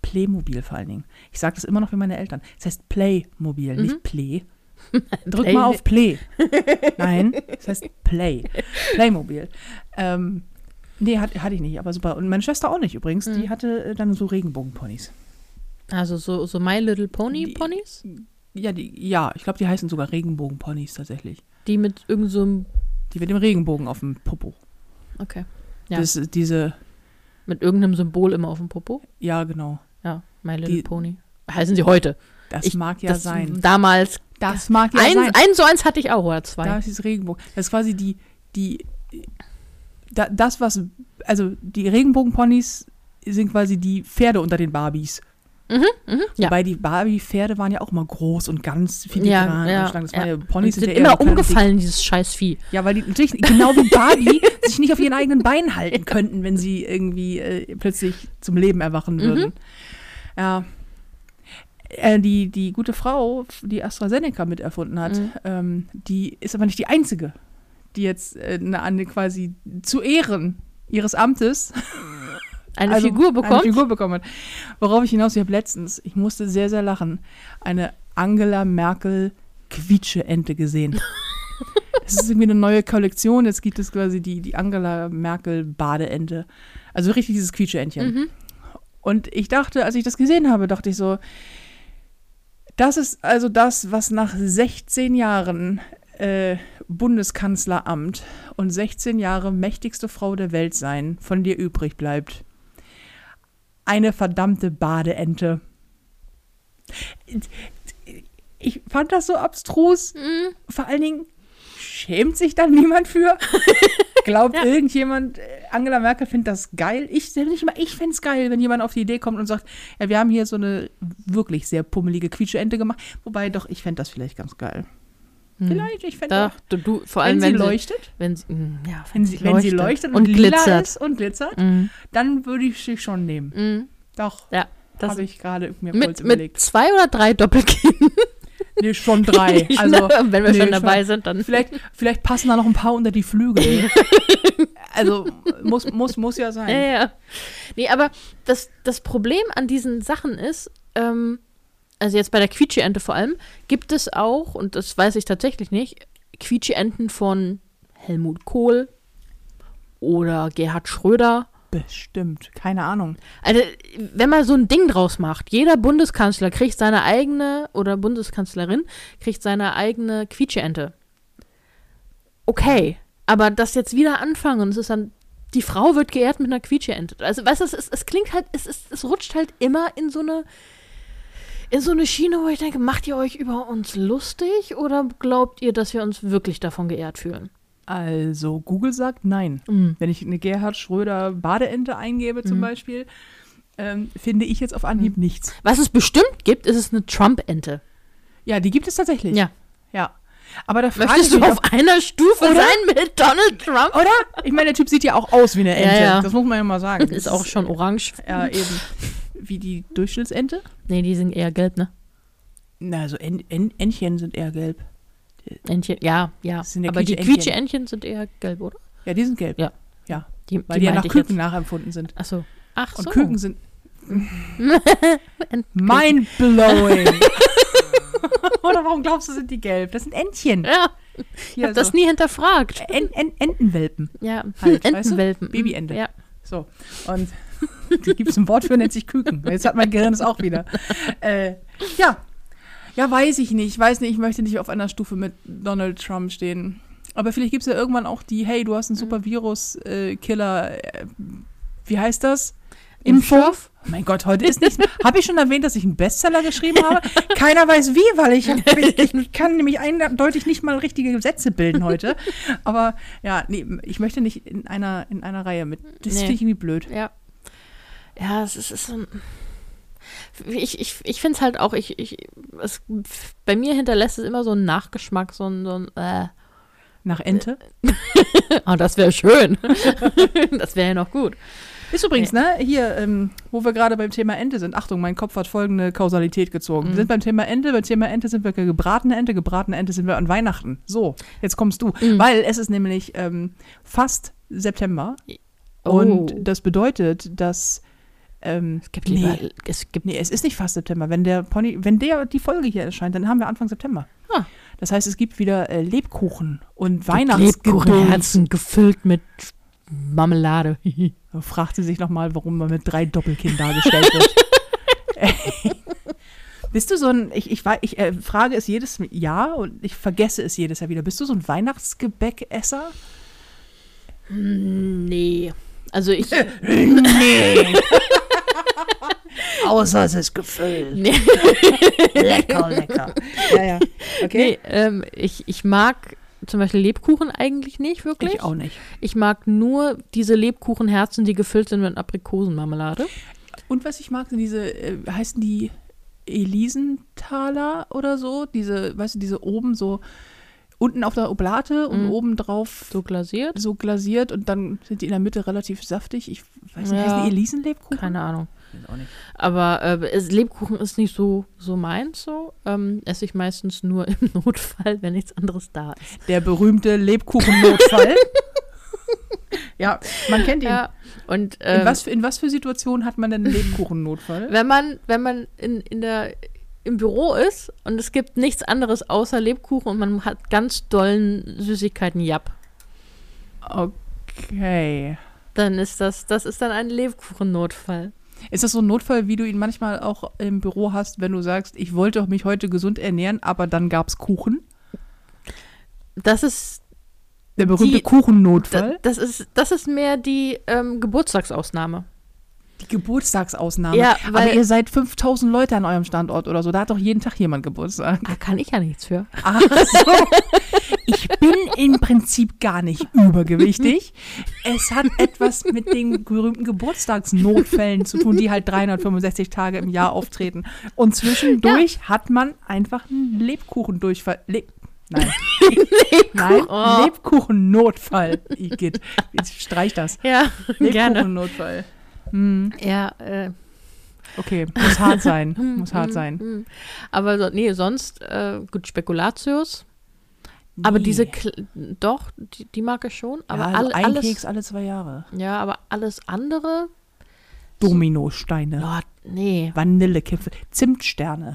Playmobil vor allen Dingen. Ich sage das immer noch wie meine Eltern. Es heißt Playmobil, Mhm. nicht Play. Drück Play- mal auf Play. Nein, es heißt Play. Playmobil. Ähm, nee, hat, hatte ich nicht, aber super. Und meine Schwester auch nicht übrigens. Die Mhm. hatte äh, dann so Regenbogenponys. Also so, so My Little Pony Die- Ponys? Ja, die, ja, ich glaube, die heißen sogar Regenbogenponys tatsächlich. Die mit irgend so einem, Die mit dem Regenbogen auf dem Popo. okay. Ja. Das, ist diese, Mit irgendeinem Symbol immer auf dem Popo? ja, genau. Ja, My Little Die- Pony. Heißen sie heute. Das Ich- mag ja das sein. Damals. Das mag ja ein, sein. ein so eins hatte ich auch, oder zwei. Da ist dieses Regenbogen. Das ist quasi die, die, da, das, was, also die Regenbogenponys sind quasi die Pferde unter den Barbies. Mhm, mhm, ja. Wobei die Barbie-Pferde waren ja auch mal groß und ganz filigran. Ja, ja, und schlank. Das ja. waren ja, Ponys Und sind, sind ja eher immer so kleine umgefallen, dieses scheiß Vieh. Dick- Ja, weil die natürlich, genau wie Barbie, sich nicht auf ihren eigenen Beinen halten könnten, wenn sie irgendwie äh, plötzlich zum Leben erwachen würden. Mhm. Ja. Äh, die, die gute Frau, die AstraZeneca miterfunden hat, Mhm. ähm, die ist aber nicht die einzige, die jetzt äh, eine, eine quasi zu Ehren ihres Amtes Eine also Figur bekommt. Eine Figur bekommen hat. Worauf ich hinaus, ich habe letztens, ich musste sehr, sehr lachen, eine Angela Merkel Quietsche-Ente gesehen. Es ist irgendwie eine neue Kollektion, jetzt gibt es quasi die, die Angela Merkel Badeente. Also richtig dieses Quietsche-Entchen. Mhm. Und ich dachte, als ich das gesehen habe, dachte ich so, das ist also das, was nach sechzehn Jahren äh, Bundeskanzleramt und sechzehn Jahre mächtigste Frau der Welt sein von dir übrig bleibt. Eine verdammte Badeente. Ich fand das so abstrus. Mhm. Vor allen Dingen schämt sich da niemand für. Glaubt Ja. irgendjemand, äh, Angela Merkel findet das geil? Ich, ich fände es geil, wenn jemand auf die Idee kommt und sagt, ja, wir haben hier so eine wirklich sehr pummelige Quietscheente gemacht. Wobei doch, ich fände das vielleicht ganz geil. Mhm. Vielleicht, ich fände Da, das. du, du, vor allem, Wenn sie wenn, sie leuchtet, Wenn sie, mm, ja, wenn sie, wenn sie leuchtet und, und lila glitzert. ist und glitzert, Mhm. dann würde ich sie schon nehmen. Mhm. Doch, Ja, das habe ich gerade mir kurz mit, überlegt. mit zwei oder drei Doppelkinn. Nee, schon drei. Also, wenn wir nee, schon dabei schon- sind, dann. vielleicht, vielleicht passen da noch ein paar unter die Flügel. Also, muss, muss, muss ja sein. Ja, ja. Nee, aber das, das Problem an diesen Sachen ist, ähm, also jetzt bei der Quietschi-Ente vor allem, gibt es auch, und das weiß ich tatsächlich nicht, Quietschi-Enten von Helmut Kohl oder Gerhard Schröder. Bestimmt, keine Ahnung. Also, wenn man so ein Ding draus macht, jeder Bundeskanzler kriegt seine eigene, oder Bundeskanzlerin kriegt seine eigene Quietschi-Ente. Okay, aber das jetzt wieder anfangen und es ist dann, die Frau wird geehrt mit einer Quietschi-Ente. Also, weißt du, es, ist, es klingt halt, es, ist, es rutscht halt immer in so eine, in so eine Schiene, wo ich denke, macht ihr euch über uns lustig oder glaubt ihr, dass wir uns wirklich davon geehrt fühlen? Also, Google sagt nein. Mhm. Wenn ich eine Gerhard Schröder Badeente eingebe zum Mhm. Beispiel, ähm, finde ich jetzt auf Anhieb nichts. Was es bestimmt gibt, ist es eine Trump-Ente. Ja, die gibt es tatsächlich. Ja. Ja. Aber da frage Möchtest ich du mich auf einer Stufe Oder? sein mit Donald Trump? doch, oder? Ich meine, der Typ sieht ja auch aus wie eine Ente. Ja, ja. Das muss man ja mal sagen. Ist auch schon orange. Ja, eben. Wie die Durchschnittsente? Nee, die sind eher gelb, ne? Na, also en en Entchen sind eher gelb. Entchen, ja, ja. Das sind ja Aber die Quietsche-Entchen. Quietsche-Entchen sind eher gelb, oder? Ja, die sind gelb. Ja. Ja, Die, weil die, ja nach meinte ich Küken jetzt. nachempfunden sind. Ach so. Ach Und so. Küken sind Ent- mind-blowing. Oder warum glaubst du, sind die gelb? Das sind Entchen. Ja, ich Hier, hab das so. nie hinterfragt. En en Entenwelpen. Ja, Halt, weißt du? Entenwelpen. Babyente. Ja. So. Und da gibt es ein Wort für, nennt sich Küken. Jetzt hat mein Gehirn es auch wieder. Äh, ja. Ja, weiß ich nicht. Ich weiß nicht, ich möchte nicht auf einer Stufe mit Donald Trump stehen. Aber vielleicht gibt es ja irgendwann auch die, hey, du hast einen super Virus-Killer. Äh, wie heißt das? Impfstoff? Oh mein Gott, heute ist nicht. Habe ich schon erwähnt, dass ich einen Bestseller geschrieben habe? Keiner weiß wie, weil ich, hab, ich, ich kann nämlich eindeutig nicht mal richtige Sätze bilden heute. Aber ja, nee, ich möchte nicht in einer, in einer Reihe mit. Das Nee. finde ich irgendwie blöd. Ja. Ja, es ist, es ist so ein. Ich, ich, ich finde es halt auch, ich, ich, es, bei mir hinterlässt es immer so einen Nachgeschmack, so ein, so ein äh. Nach Ente. Oh, das wäre schön. Das wäre ja noch gut. Ist übrigens, ne, hier, ähm, wo wir gerade beim Thema Ente sind. Achtung, mein Kopf hat folgende Kausalität gezogen. Wir Mhm. sind beim Thema Ente, beim Thema Ente sind wir gebratene Ente, gebratene Ente sind wir an Weihnachten. So, jetzt kommst du. Mhm. Weil es ist nämlich ähm, fast September. Oh. Und das bedeutet, dass Ähm, Es gibt lieber, nee, es gibt nee, es ist nicht fast September. Wenn der Pony, wenn der die Folge hier erscheint, dann haben wir Anfang September. Ah. Das heißt, es gibt wieder äh, Lebkuchen und Weihnachtsgedöns. Lebkuchenherzen gefüllt mit Marmelade. Da fragt sie sich nochmal, warum man mit drei Doppelkinn dargestellt wird. Bist du so ein, ich, ich, ich äh, frage es jedes Jahr und ich vergesse es jedes Jahr wieder. Bist du so ein Weihnachtsgebäckesser? Nee. Also ich. Nee. Außer es ist gefüllt. Nee. Lecker, lecker. Ja, ja. Okay. Nee, ähm, ich, ich mag zum Beispiel Lebkuchen eigentlich nicht wirklich. Ich auch nicht. Ich mag nur diese Lebkuchenherzen, die gefüllt sind mit Aprikosenmarmelade. Und was ich mag, sind diese, äh, heißen die Elisenthaler oder so? Diese, weißt du, diese oben so unten auf der Oblate und Mhm. oben drauf So glasiert? so glasiert und dann sind die in der Mitte relativ saftig. Ich weiß nicht, Ja. heißen die Elisenlebkuchen? Keine Ahnung. Weiß auch nicht. Aber äh, es, Lebkuchen ist nicht so, so meins so. Ähm, esse ich meistens nur im Notfall, wenn nichts anderes da ist. Der berühmte Lebkuchennotfall. Ja, man kennt ihn. Ja. Und ähm, In was, für, in was für Situationen hat man denn einen Lebkuchennotfall? wenn man, wenn man in, in der, im Büro ist und es gibt nichts anderes außer Lebkuchen und man hat ganz dollen Süßigkeiten, japp, Okay. dann ist das, das ist dann ein Lebkuchennotfall. Ist das so ein Notfall, wie du ihn manchmal auch im Büro hast, wenn du sagst, ich wollte mich heute gesund ernähren, aber dann gab es Kuchen? Das ist, Der berühmte Die- Kuchennotfall? das ist, das ist mehr die ähm, Geburtstagsausnahme. Die Geburtstagsausnahme. Ja, aber weil- ihr seid fünftausend Leute an eurem Standort oder so. Da hat doch jeden Tag jemand Geburtstag. Da kann ich ja nichts für. Ach so. Ich bin im Prinzip gar nicht übergewichtig. Es hat etwas mit den berühmten Geburtstagsnotfällen zu tun, die halt dreihundertfünfundsechzig Tage im Jahr auftreten. Und zwischendurch hat man einfach einen Lebkuchendurchfall. Le Nein. Nein, Oh. Lebkuchennotfall. Igitt. Jetzt streich das. Ja, gerne. Lebkuchennotfall. Hm. Ja, äh, Okay, muss hart sein. Muss hart sein. mm. aber so, nee, sonst äh, gut Spekulatius. Aber Nee. diese, Kl- doch, die, die mag ich schon. Aber ja, also alle, ein alles, Keks alle zwei Jahre. ja, aber alles andere, Dominosteine. ja, nee. Vanillekipfel. Zimtsterne.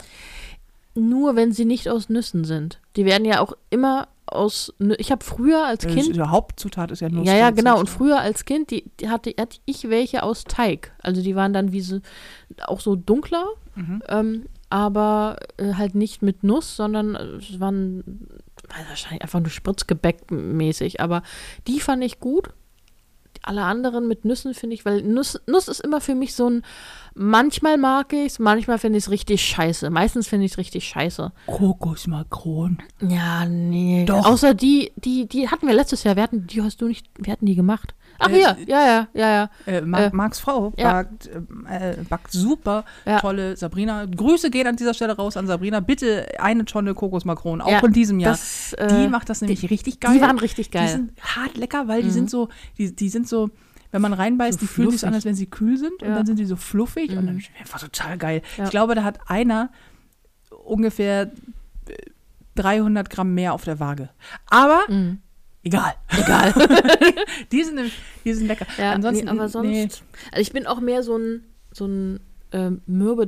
Nur wenn sie nicht aus Nüssen sind. Die werden ja auch immer aus, Nü- ich habe früher als Das Kind, ist, die Hauptzutat ist ja Nuss. ja, ja, und genau, und Zimtsterne. früher als Kind, die, die hatte, hatte ich welche aus Teig. Also die waren dann wie so, auch so dunkler, Mhm. ähm, aber äh, halt nicht mit Nuss, sondern äh, es waren weiß wahrscheinlich einfach nur Spritzgebäck mäßig, aber die fand ich gut. Alle anderen mit Nüssen finde ich, weil Nuss, Nuss ist immer für mich so ein, manchmal mag ich es, manchmal finde ich es richtig scheiße. Meistens finde ich es richtig scheiße. Kokosmakron. Ja, nee. Doch. Außer die, die, die hatten wir letztes Jahr, wir hatten, die hast du nicht, wir hatten die gemacht. Ach Äh, ja, ja, ja, ja, ja. Äh, Mar Äh, Marks Frau ja. backt, äh, backt super Ja. tolle Sabrina. Grüße gehen an dieser Stelle raus an Sabrina. Bitte eine Tonne Kokosmakronen, auch Ja, in diesem Jahr. Das, äh, die macht das nämlich richtig geil. Die waren richtig geil. Die sind hart lecker, weil die Mhm. sind so, die, die sind so, wenn man reinbeißt, So die fühlen sich so an, fluffig. als wenn sie kühl sind und Ja. dann sind sie so fluffig und Mhm. dann einfach total geil. Ja. Ich glaube, da hat einer ungefähr äh, dreihundert Gramm mehr auf der Waage. Aber Mhm. egal. Egal. Die sind, nämlich- die sind lecker. Ja, Ansonsten, nee, aber sonst. nee. Also ich bin auch mehr so ein, so ein ähm,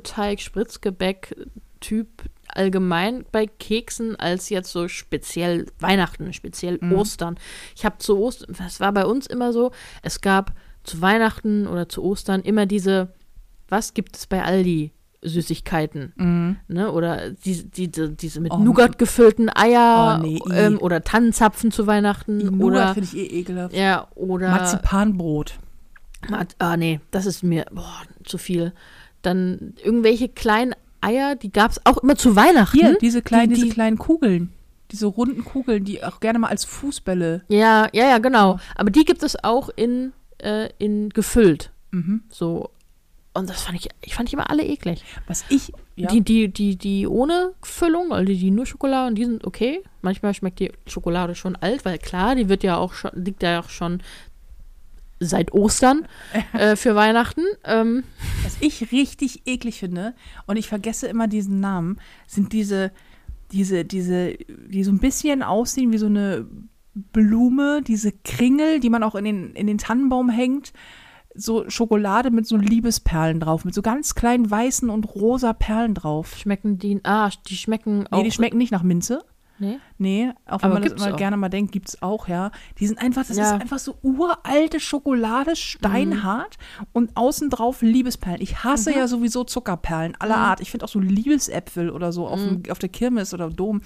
Mürbeteig-Spritzgebäck-Typ allgemein bei Keksen als jetzt so speziell Weihnachten, speziell Mhm. Ostern. Ich habe zu Ostern, das war bei uns immer so, es gab zu Weihnachten oder zu Ostern immer diese, was gibt es bei Aldi? Süßigkeiten, Mhm. ne? Oder die, die, die, diese mit Oh, Nougat gefüllten Eier Oh, nee, i. ähm, oder Tannenzapfen zu Weihnachten Die Nougat oder finde ich eh ekelhaft. ja, oder Marzipanbrot. Mat- Ah, nee, das ist mir boah, zu viel. Dann irgendwelche kleinen Eier, die gab es auch immer zu Weihnachten. Hier, diese kleinen, die, diese die, kleinen Kugeln. Diese runden Kugeln, die auch gerne mal als Fußbälle. Ja, ja, ja, genau. Aber die gibt es auch in, äh, in gefüllt. Mhm. So. Und das fand ich, ich fand die immer alle eklig. Was ich, ja. Die, die, die, die ohne Füllung, also die, die nur Schokolade, und die sind okay. Manchmal schmeckt die Schokolade schon alt, weil klar, die wird ja auch schon, liegt ja auch schon seit Ostern äh, für Weihnachten. Ähm, Was ich richtig eklig finde, und ich vergesse immer diesen Namen, sind diese, diese, diese, die so ein bisschen aussehen wie so eine Blume, diese Kringel, die man auch in den, in den Tannenbaum hängt. so Schokolade mit so Liebesperlen drauf, mit so ganz kleinen weißen und rosa Perlen drauf. Schmecken die, ah, die schmecken auch. Nee, die schmecken nicht nach Minze. Nee? Nee, auch wenn Aber man das gibt's immer auch. gerne mal denkt, gibt es auch, ja. Die sind einfach, das Ja. ist einfach so uralte Schokolade, steinhart und außen drauf Liebesperlen. Ich hasse Mhm. ja sowieso Zuckerperlen aller Art. Ich finde auch so Liebesäpfel oder so auf, dem, auf der Kirmes oder Dom.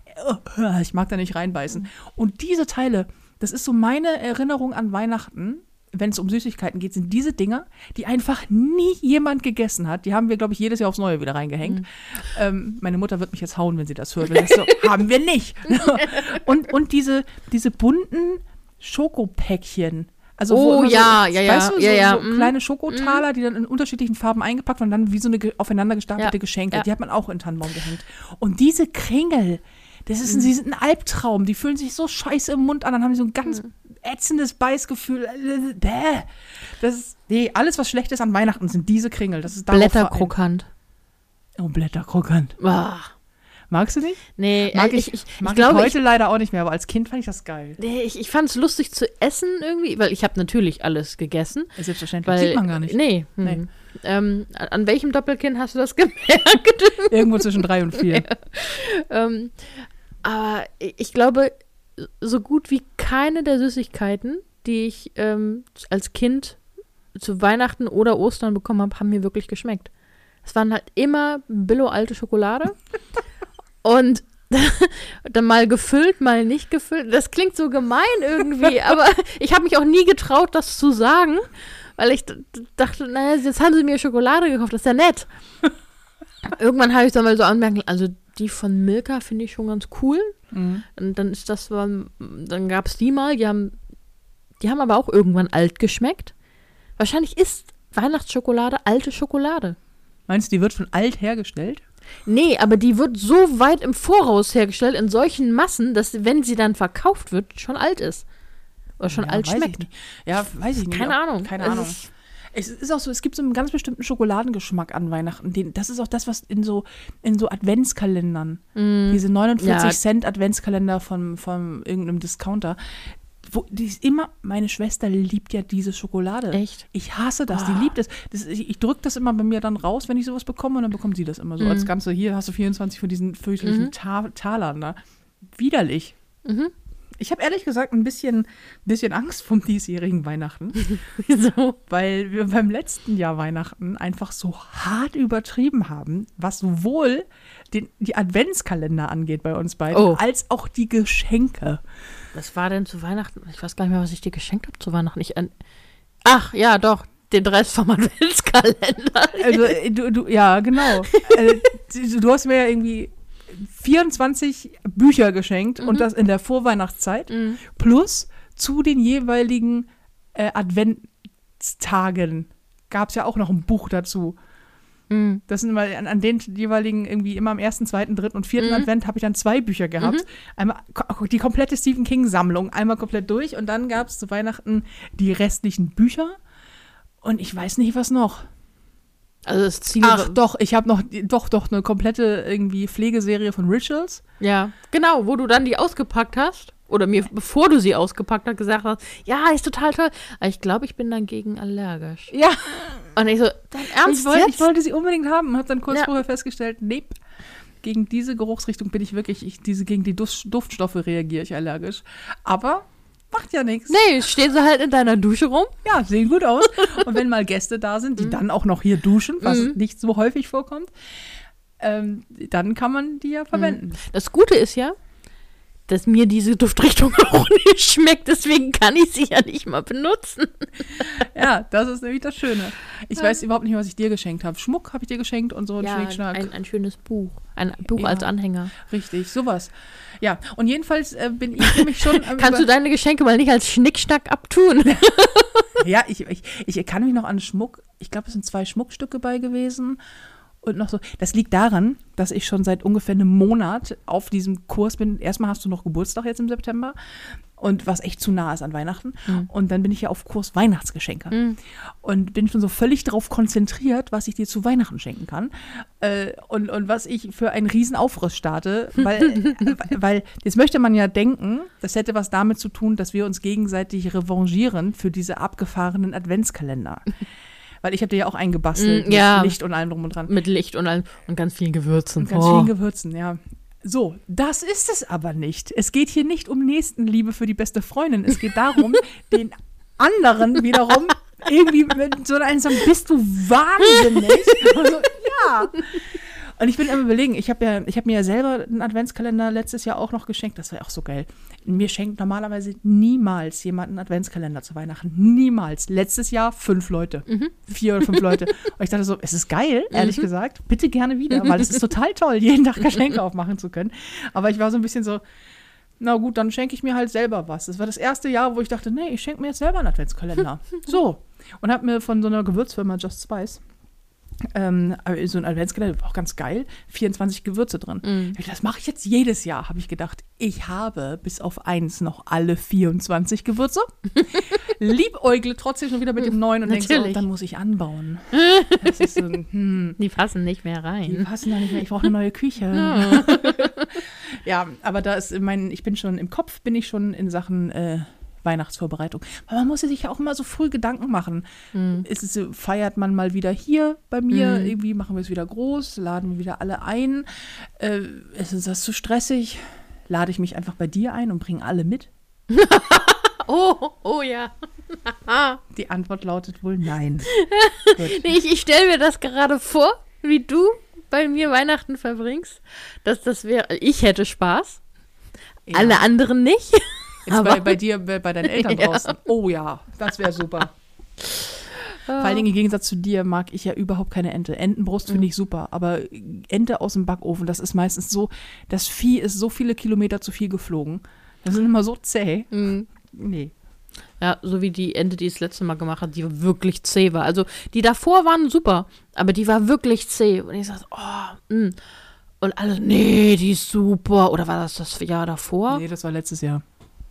Ich mag da nicht reinbeißen. Und diese Teile, das ist so meine Erinnerung an Weihnachten, wenn es um Süßigkeiten geht, sind diese Dinger, die einfach nie jemand gegessen hat. Die haben wir, glaube ich, jedes Jahr aufs Neue wieder reingehängt. Mhm. Ähm, meine Mutter wird mich jetzt hauen, wenn sie das hört. Das so, haben wir nicht. und und diese, diese bunten Schokopäckchen. Also Oh, wo immer ja, so, ja, ja, weißt du, so, ja, ja, so mm. kleine Schokotaler, die dann in unterschiedlichen Farben eingepackt und dann wie so eine ge- aufeinander gestapelte Ja, Geschenke. ja. Die hat man auch in den Tannenbaum gehängt. Und diese Kringel, das ist ein, sie sind ein Albtraum. Die fühlen sich so scheiße im Mund an. Dann haben die so ein ganz ätzendes Beißgefühl. Bäh. Das ist, nee, alles, was schlecht ist an Weihnachten, sind diese Kringel. Das ist darauf Blätterkrokant. vereint. Oh, Blätterkrokant. Ah. Magst du nicht? Nee, Mag äh, ich, ich, ich, mag ich glaube, ich heute ich, leider auch nicht mehr, aber als Kind fand ich das geil. nee, ich, ich fand es lustig zu essen irgendwie, weil ich habe natürlich alles gegessen. Selbstverständlich. Weil, Sieht man gar nicht. Nee. Hm. Nee. Ähm, an an welchem Doppelkinn hast du das gemerkt? Irgendwo zwischen drei und vier. ähm, aber ich glaube, so gut wie keine der Süßigkeiten, die ich ähm, als Kind zu Weihnachten oder Ostern bekommen habe, haben mir wirklich geschmeckt. Es waren halt immer billo-alte Schokolade und dann mal gefüllt, mal nicht gefüllt. Das klingt so gemein irgendwie, aber ich habe mich auch nie getraut, das zu sagen, weil ich d- dachte, naja, jetzt haben sie mir Schokolade gekauft, das ist ja nett. Irgendwann habe ich dann mal so anmerken, also die von Milka finde ich schon ganz cool. Mhm. Und dann ist das, dann gab es die mal, die haben, die haben aber auch irgendwann alt geschmeckt. Wahrscheinlich ist Weihnachtsschokolade alte Schokolade. Meinst du, die wird von alt hergestellt? Nee, aber die wird so weit im Voraus hergestellt, in solchen Massen, dass, wenn sie dann verkauft wird, schon alt ist. Oder schon Ja, alt weiß ich schmeckt. nicht. Ja, weiß ich nicht. Keine Auch- Ahnung. Keine Es Ahnung. ist- Es ist auch so, es gibt so einen ganz bestimmten Schokoladengeschmack an Weihnachten. Den, das ist auch das, was in so, in so Adventskalendern, Mm. diese neunundvierzig Ja. Cent Adventskalender von, von irgendeinem Discounter, wo, die ist immer, meine Schwester liebt ja diese Schokolade. Echt? Ich hasse das, Ah. die liebt es. Das, ich ich drücke das immer bei mir dann raus, wenn ich sowas bekomme und dann bekommt sie das immer so. Mhm. Als Ganze, hier hast du vierundzwanzig von diesen fürchterlichen Mhm. Ta Talern da. Widerlich. Mhm. Ich habe ehrlich gesagt ein bisschen, bisschen Angst vom diesjährigen Weihnachten. Wieso? Weil wir beim letzten Jahr Weihnachten einfach so hart übertrieben haben, was sowohl den, die Adventskalender angeht bei uns beiden, Oh. als auch die Geschenke. Was war denn zu Weihnachten? Ich weiß gar nicht mehr, was ich dir geschenkt habe zu Weihnachten. Ich, an Ach, ja, doch. Den Rest vom Adventskalender. Also, äh, du, du, ja, genau. äh, du, du hast mir ja irgendwie vierundzwanzig Bücher geschenkt Mhm. und das in der Vorweihnachtszeit, Mhm. plus zu den jeweiligen äh, Adventstagen gab es ja auch noch ein Buch dazu. Mhm. Das sind immer an, an den jeweiligen irgendwie immer am ersten, zweiten, dritten und vierten Mhm. Advent habe ich dann zwei Bücher gehabt. Einmal ko- die komplette Stephen King-Sammlung, einmal komplett durch und dann gab es zu Weihnachten die restlichen Bücher und ich weiß nicht, was noch. Also das Ziel Ach war- doch, ich habe noch, doch, doch, eine komplette irgendwie Pflegeserie von Rituals. Ja, genau, wo du dann die ausgepackt hast. Oder mir, bevor du sie ausgepackt hast, gesagt hast, ja, ist total toll. Aber ich glaube, ich bin dagegen allergisch. Ja, Und ich so, dein Ernst ich, wollt, jetzt? ich wollte sie unbedingt haben und habe dann kurz Ja. vorher festgestellt, nee, gegen diese Geruchsrichtung bin ich wirklich, ich, diese, gegen die Duft, Duftstoffe reagiere ich allergisch. Aber macht ja nichts. Nee, stehen sie halt in deiner Dusche rum. Ja, sehen gut aus. Und wenn mal Gäste da sind, die dann auch noch hier duschen, was Mhm. nicht so häufig vorkommt, ähm, dann kann man die ja verwenden. Das Gute ist ja, dass mir diese Duftrichtung auch nicht schmeckt. Deswegen kann ich sie ja nicht mal benutzen. Ja, das ist nämlich das Schöne. Ich weiß überhaupt nicht, was ich dir geschenkt habe. Schmuck habe ich dir geschenkt und so ein Ja, Schnickschnack. ein, ein schönes Buch. Ein Buch Ja. als Anhänger. Richtig, sowas. Ja, und jedenfalls äh, bin ich nämlich schon. äh, Kannst du über- deine Geschenke mal nicht als Schnickschnack abtun? Ja, ich, ich, ich kann mich noch an Schmuck, ich glaube, es sind zwei Schmuckstücke bei gewesen und noch so. Das liegt daran, dass ich schon seit ungefähr einem Monat auf diesem Kurs bin. Erstmal hast du noch Geburtstag jetzt im September und was echt zu nah ist an Weihnachten. Mhm. Und dann bin ich ja auf Kurs Weihnachtsgeschenke. Mhm. Und bin schon so völlig darauf konzentriert, was ich dir zu Weihnachten schenken kann. Äh, und, und was ich für einen riesen Aufriss starte. Weil, weil jetzt möchte man ja denken, das hätte was damit zu tun, dass wir uns gegenseitig revanchieren für diese abgefahrenen Adventskalender. Weil ich habe dir ja auch eingebastelt Mm, ja. mit Licht und allem drum und dran. Mit Licht und allem und ganz vielen Gewürzen. Und ganz Oh. vielen Gewürzen, ja. So, das ist es aber nicht. Es geht hier nicht um Nächstenliebe für die beste Freundin. Es geht darum, den anderen wiederum irgendwie mit so einem sagen, bist du wahnsinnig? Also, ja. Und ich bin immer überlegen, ich habe ja, ich habe mir ja selber einen Adventskalender letztes Jahr auch noch geschenkt. Das war ja auch so geil. Mir schenkt normalerweise niemals jemand einen Adventskalender zu Weihnachten. Niemals. Letztes Jahr fünf Leute. Mhm. Vier oder fünf Leute. Und ich dachte so, es ist geil, ehrlich mhm. gesagt. Bitte gerne wieder, weil es ist total toll, jeden Tag Geschenke aufmachen zu können. Aber ich war so ein bisschen so, na gut, dann schenke ich mir halt selber was. Das war das erste Jahr, wo ich dachte, nee, ich schenke mir jetzt selber einen Adventskalender. So. Und habe mir von so einer Gewürzfirma Just Spice Ähm, so ein Adventskalender, auch ganz geil, vierundzwanzig Gewürze drin. Mm. Das mache ich jetzt jedes Jahr, habe ich gedacht. Ich habe bis auf eins noch alle vierundzwanzig Gewürze. Liebäugle trotzdem schon wieder mit dem neuen und denke so, dann muss ich anbauen. Das ist so, hm, die passen nicht mehr rein. Die passen da nicht mehr, ich brauche eine neue Küche. Ja. Ja, aber da ist mein, ich bin schon, im Kopf bin ich schon in Sachen äh, Weihnachtsvorbereitung. Aber man muss sich ja auch immer so früh Gedanken machen. Mhm. Ist es, feiert man mal wieder hier bei mir? Mhm. Irgendwie machen wir es wieder groß? Laden wir wieder alle ein? Äh, ist es das zu stressig? Lade ich mich einfach bei dir ein und bringe alle mit? oh, oh ja. Die Antwort lautet wohl nein. nee, ich ich stelle mir das gerade vor, wie du bei mir Weihnachten verbringst. Dass das wäre, ich hätte Spaß. Ja. Alle anderen nicht. Jetzt bei, bei dir, bei, bei deinen Eltern draußen. Ja. Oh ja, das wäre super. Vor allen Dingen im Gegensatz zu dir mag ich ja überhaupt keine Ente. Entenbrust finde ich super, aber Ente aus dem Backofen, das ist meistens so, das Vieh ist so viele Kilometer zu viel geflogen. Das ist immer so zäh. Mhm. Nee. Ja, so wie die Ente, die das letzte Mal gemacht hat, die wirklich zäh war. Also die davor waren super, aber die war wirklich zäh. Und ich sagte, oh, mh. Und alle, nee, die ist super. Oder war das das Jahr davor? Nee, das war letztes Jahr.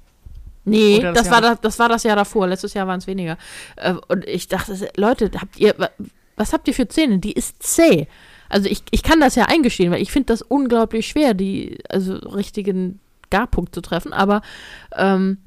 Nee, das, das, war das, das war das Jahr davor. Letztes Jahr waren es weniger. Und ich dachte, Leute, habt ihr, was habt ihr für Zähne? Die ist zäh. Also ich, ich kann das ja eingestehen, weil ich finde das unglaublich schwer, die also richtigen Garpunkt zu treffen. Aber ähm,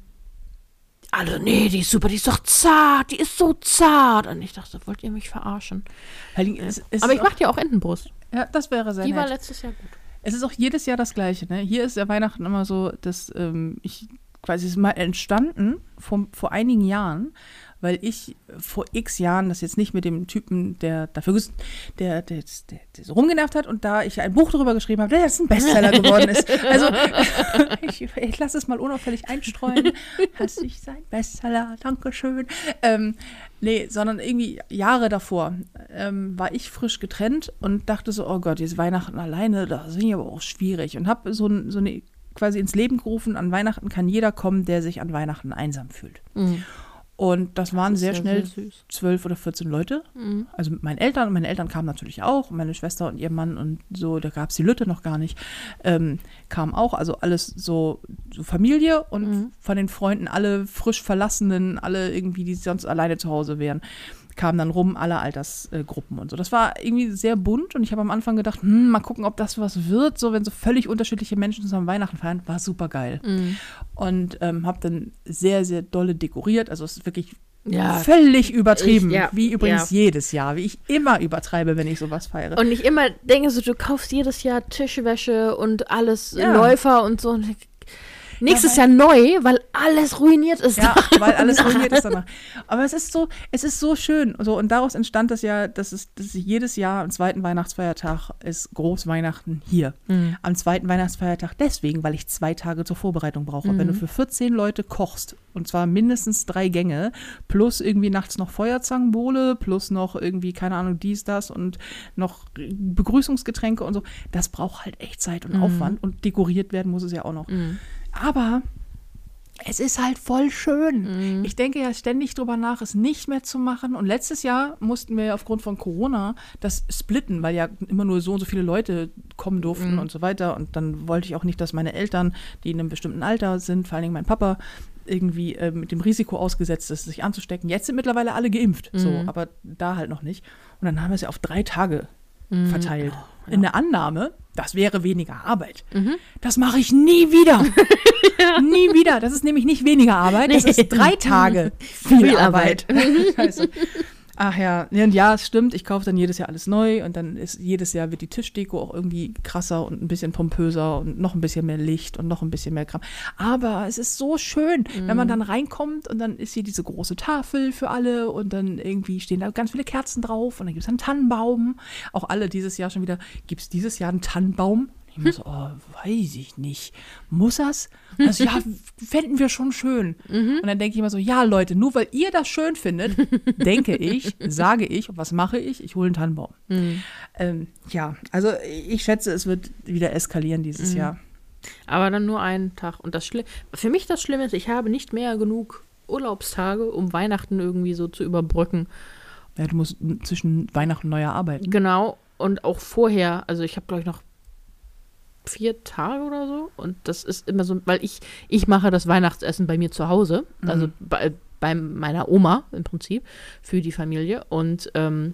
alle, nee, die ist super, die ist doch zart, die ist so zart. Und ich dachte, wollt ihr mich verarschen? Es, es Aber ich mache dir auch Entenbrust. Ja, das wäre sehr Die nett. war letztes Jahr gut. Es ist auch jedes Jahr das Gleiche. Ne? Hier ist ja Weihnachten immer so, dass ähm, ich quasi ist mal entstanden vor, vor einigen Jahren, weil ich vor x Jahren, das jetzt nicht mit dem Typen, der dafür der, der, der, der so rumgenervt hat und da ich ein Buch darüber geschrieben habe, der jetzt ein Bestseller geworden ist. Also ich, ich lasse es mal unauffällig einstreuen. Hast du sein Bestseller, Dankeschön. Ähm, nee, sondern irgendwie Jahre davor ähm, war ich frisch getrennt und dachte so, oh Gott, jetzt Weihnachten alleine, das ist aber auch schwierig. Und habe so, so eine quasi ins Leben gerufen, an Weihnachten kann jeder kommen, der sich an Weihnachten einsam fühlt. Mhm. Und das waren das sehr schnell zwölf oder vierzehn Leute. Mhm. Also mit meinen Eltern, und meine Eltern kamen natürlich auch, meine Schwester und ihr Mann und so, da gab es die Lütte noch gar nicht, ähm, kamen auch, also alles so, so Familie und mhm. von den Freunden alle frisch Verlassenen, alle irgendwie, die sonst alleine zu Hause wären, kamen dann rum, alle Altersgruppen und so. Das war irgendwie sehr bunt und ich habe am Anfang gedacht, hm, mal gucken, ob das was wird, so wenn so völlig unterschiedliche Menschen zusammen Weihnachten feiern, war super geil. Mhm. Und ähm, habe dann sehr, sehr dolle dekoriert, also es ist wirklich ja, völlig übertrieben, ich, ja, wie übrigens ja. jedes Jahr, wie ich immer übertreibe, wenn ich sowas feiere. Und ich immer denke so, du kaufst jedes Jahr Tischwäsche und alles ja. Läufer und so. Nächstes ja, Jahr neu, weil alles ruiniert ist. Ja, weil alles ruiniert ist danach. Aber es ist so, es ist so schön. So, und daraus entstand das ja, dass es, dass es jedes Jahr am zweiten Weihnachtsfeiertag ist Großweihnachten hier. Mhm. Am zweiten Weihnachtsfeiertag deswegen, weil ich zwei Tage zur Vorbereitung brauche. Mhm. Wenn du für vierzehn Leute kochst, und zwar mindestens drei Gänge, plus irgendwie nachts noch Feuerzangenbowle, plus noch irgendwie, keine Ahnung, dies, das und noch Begrüßungsgetränke und so, das braucht halt echt Zeit und mhm. Aufwand. Und dekoriert werden muss es ja auch noch. Mhm. Aber es ist halt voll schön. Mhm. Ich denke ja ständig drüber nach, es nicht mehr zu machen. Und letztes Jahr mussten wir aufgrund von Corona das splitten, weil ja immer nur so und so viele Leute kommen durften Mhm. und so weiter. Und dann wollte ich auch nicht, dass meine Eltern, die in einem bestimmten Alter sind, vor allen Dingen mein Papa, irgendwie äh, mit dem Risiko ausgesetzt ist, sich anzustecken. Jetzt sind mittlerweile alle geimpft, Mhm. so, aber da halt noch nicht. Und dann haben wir es ja auf drei Tage Mhm. verteilt. Oh, ja. In der Annahme, das wäre weniger Arbeit. Mhm. Das mache ich nie wieder. Nie wieder. Das ist nämlich nicht weniger Arbeit, das Nee. ist drei Tage viel, Viel Arbeit. Scheiße. Ach ja, ja, und ja, es stimmt, ich kaufe dann jedes Jahr alles neu und dann ist jedes Jahr wird die Tischdeko auch irgendwie krasser und ein bisschen pompöser und noch ein bisschen mehr Licht und noch ein bisschen mehr Kram. Aber es ist so schön, Mhm. wenn man dann reinkommt und dann ist hier diese große Tafel für alle und dann irgendwie stehen da ganz viele Kerzen drauf und dann gibt es einen Tannenbaum. Auch alle dieses Jahr schon wieder, gibt es dieses Jahr einen Tannenbaum? Ich muss, so, oh, weiß ich nicht. Muss das? Also ja, fänden wir schon schön. Und dann denke ich immer so, ja Leute, nur weil ihr das schön findet, denke ich, sage ich, und was mache ich? Ich hole einen Tannenbaum. Mhm. Ähm, ja, also ich schätze, es wird wieder eskalieren dieses Mhm. Jahr. Aber dann nur einen Tag. Und das Schlimme, für mich das Schlimme ist, ich habe nicht mehr genug Urlaubstage, um Weihnachten irgendwie so zu überbrücken. Ja, du musst zwischen Weihnachten und Neujahr arbeiten. Genau. Und auch vorher, also ich habe, glaube ich, noch vier Tage oder so. Und das ist immer so, weil ich, ich mache das Weihnachtsessen bei mir zu Hause. Also Mhm. bei, bei meiner Oma im Prinzip, für die Familie. Und ähm,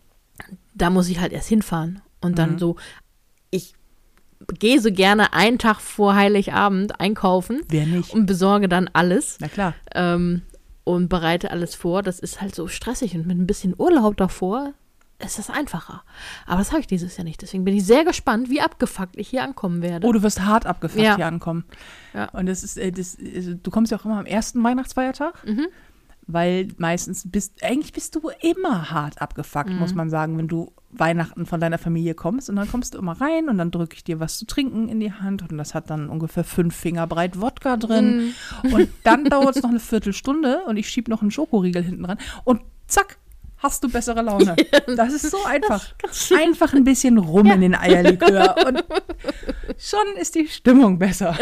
da muss ich halt erst hinfahren. Und dann Mhm. so, ich gehe so gerne einen Tag vor Heiligabend einkaufen Wer nicht? und besorge dann alles Na klar. ähm, und bereite alles vor. Das ist halt so stressig. Und mit ein bisschen Urlaub davor ist das einfacher. Aber das habe ich dieses Jahr nicht. Deswegen bin ich sehr gespannt, wie abgefuckt ich hier ankommen werde. Oh, du wirst hart abgefuckt Ja. hier ankommen. Ja. Und das ist, äh, das, äh, du kommst ja auch immer am ersten Weihnachtsfeiertag, Mhm. weil meistens bist, eigentlich bist du immer hart abgefuckt, Mhm. muss man sagen, wenn du Weihnachten von deiner Familie kommst und dann kommst du immer rein und dann drücke ich dir was zu trinken in die Hand und das hat dann ungefähr fünf Finger breit Wodka drin Mhm. und dann dauert es noch eine Viertelstunde und ich schiebe noch einen Schokoriegel hinten dran und zack, hast du bessere Laune. Das ist so einfach. Einfach ein bisschen rum in den Eierlikör und schon ist die Stimmung besser.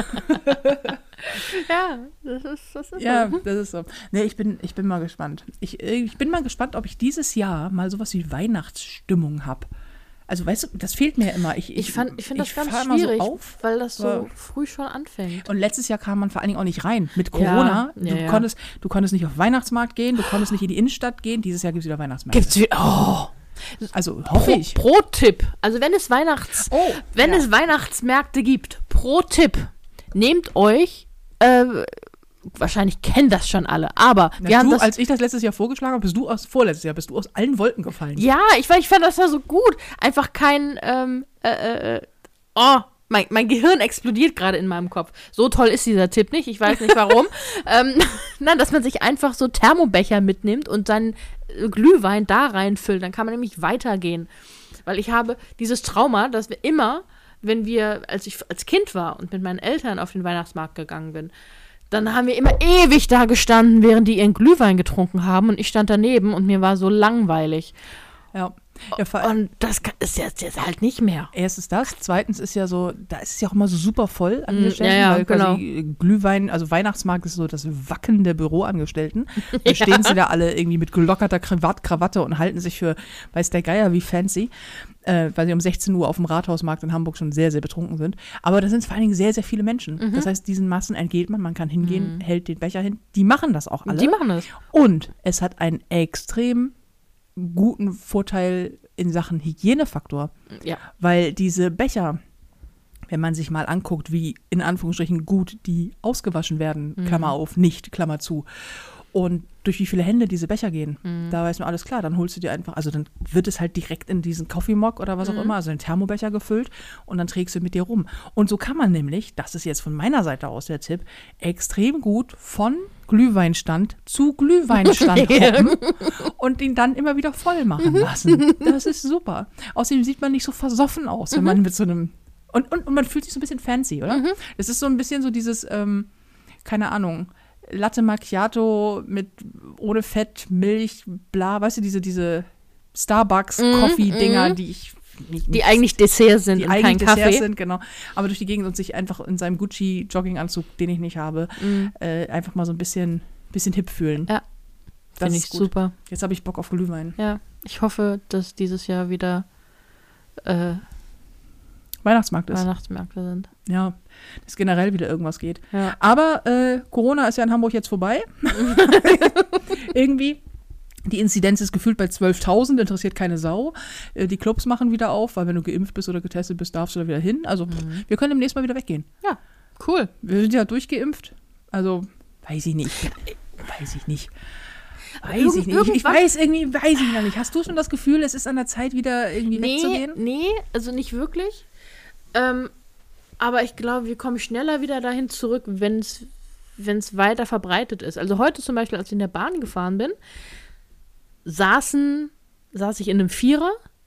Ja, das ist, das ist Ja, so. das ist so. Nee, ich bin, ich bin mal gespannt. Ich, ich bin mal gespannt, ob ich dieses Jahr mal sowas wie Weihnachtsstimmung habe. Also, weißt du, das fehlt mir immer. Ich, Ich, fand- ich finde das ganz fahr immer schwierig, so auf. weil das so aber- früh schon anfängt. Und letztes Jahr kam man vor allen Dingen auch nicht rein. Mit Corona, Ja, ja, du, ja. Konntest, du konntest nicht auf den Weihnachtsmarkt gehen, du konntest nicht in die Innenstadt gehen. Dieses Jahr gibt es wieder Weihnachtsmärkte. Gibt's wieder, oh, Also hoffe Pro, ich. Pro-Tipp. Also wenn es Weihnachts, Oh, wenn ja. es Weihnachtsmärkte gibt, Pro-Tipp, nehmt euch, äh, wahrscheinlich kennen das schon alle, aber Na, wir haben du, das, als ich das letztes Jahr vorgeschlagen habe, bist du aus, vorletztes Jahr, bist du aus allen Wolken gefallen. ja, ich, weil ich fand das ja so gut. Einfach kein, ähm, äh, äh, oh, mein, mein Gehirn explodiert gerade in meinem Kopf. So toll ist dieser Tipp nicht, ich weiß nicht warum. ähm, nein, dass man sich einfach so Thermobecher mitnimmt und dann äh, Glühwein da reinfüllt, dann kann man nämlich weitergehen. Weil ich habe dieses Trauma, dass wir immer, wenn wir, als ich als Kind war und mit meinen Eltern auf den Weihnachtsmarkt gegangen bin, dann haben wir immer ewig da gestanden, während die ihren Glühwein getrunken haben und ich stand daneben und mir war so langweilig. Ja. Ja, vor- Und das kann- ist jetzt, jetzt halt nicht mehr. Erstens das, zweitens ist ja so, da ist es ja auch immer so super voll Mm, Angestellten, ja, ja, weil quasi Glühwein, also Weihnachtsmarkt ist so das Wacken der Büroangestellten. Da stehen sie da alle irgendwie mit gelockerter Krawatt, Krawatte und halten sich für, weiß der Geier, wie fancy, äh, weil sie um sechzehn Uhr auf dem Rathausmarkt in Hamburg schon sehr, sehr betrunken sind. Aber da sind vor allen Dingen sehr, sehr viele Menschen. Mhm. Das heißt, diesen Massen entgeht man, man kann hingehen, hält den Becher hin. Die machen das auch alle. Die machen das. Und es hat einen extrem guten Vorteil in Sachen Hygienefaktor. Ja. Weil diese Becher, wenn man sich mal anguckt, wie in Anführungsstrichen gut die ausgewaschen werden, Mhm. Klammer auf, nicht, Klammer zu, und durch wie viele Hände diese Becher gehen, Mhm. da weiß man alles klar, dann holst du dir einfach, also dann wird es halt direkt in diesen Coffee Mug oder was auch Mhm. immer, also einen Thermobecher gefüllt und dann trägst du mit dir rum. Und so kann man nämlich, das ist jetzt von meiner Seite aus der Tipp, extrem gut von Glühweinstand zu Glühweinstand hoppen und ihn dann immer wieder voll machen lassen. Das ist super. Außerdem sieht man nicht so versoffen aus, wenn man mit so einem und, und, und man fühlt sich so ein bisschen fancy, oder? Es ist so ein bisschen so dieses, ähm, keine Ahnung, Latte Macchiato mit ohne Fett, Milch, bla, weißt du, diese, diese Starbucks-Coffee-Dinger, mhm. die ich nicht, Die eigentlich Dessert sind die und eigentlich kein Desserts Kaffee. sind, genau. Aber durch die Gegend und sich einfach in seinem Gucci-Jogginganzug, den ich nicht habe, Mhm. äh, einfach mal so ein bisschen, bisschen hip fühlen. Ja. Das Finde ist ich gut. super. Jetzt habe ich Bock auf Glühwein. Ja. Ich hoffe, dass dieses Jahr wieder äh, Weihnachtsmarkt ist. Weihnachtsmärkte sind. Ja, dass generell wieder irgendwas geht. Ja. Aber äh, Corona ist ja in Hamburg jetzt vorbei. Irgendwie. Die Inzidenz ist gefühlt bei zwölftausend, interessiert keine Sau. Äh, die Clubs machen wieder auf, weil wenn du geimpft bist oder getestet bist, darfst du da wieder hin. Also Mhm. wir können demnächst mal wieder weggehen. Ja, cool. Wir sind ja durchgeimpft. Also weiß ich nicht. Weiß ich nicht. Weiß Irgend- ich nicht. Ich, ich irgendwann- weiß irgendwie, weiß ich noch nicht. Hast du schon das Gefühl, es ist an der Zeit, wieder irgendwie Nee, wegzugehen? nee, also nicht wirklich. Ähm, aber ich glaube, wir kommen schneller wieder dahin zurück, wenn es weiter verbreitet ist. Also heute zum Beispiel, als ich in der Bahn gefahren bin, saßen, saß ich in einem Vierer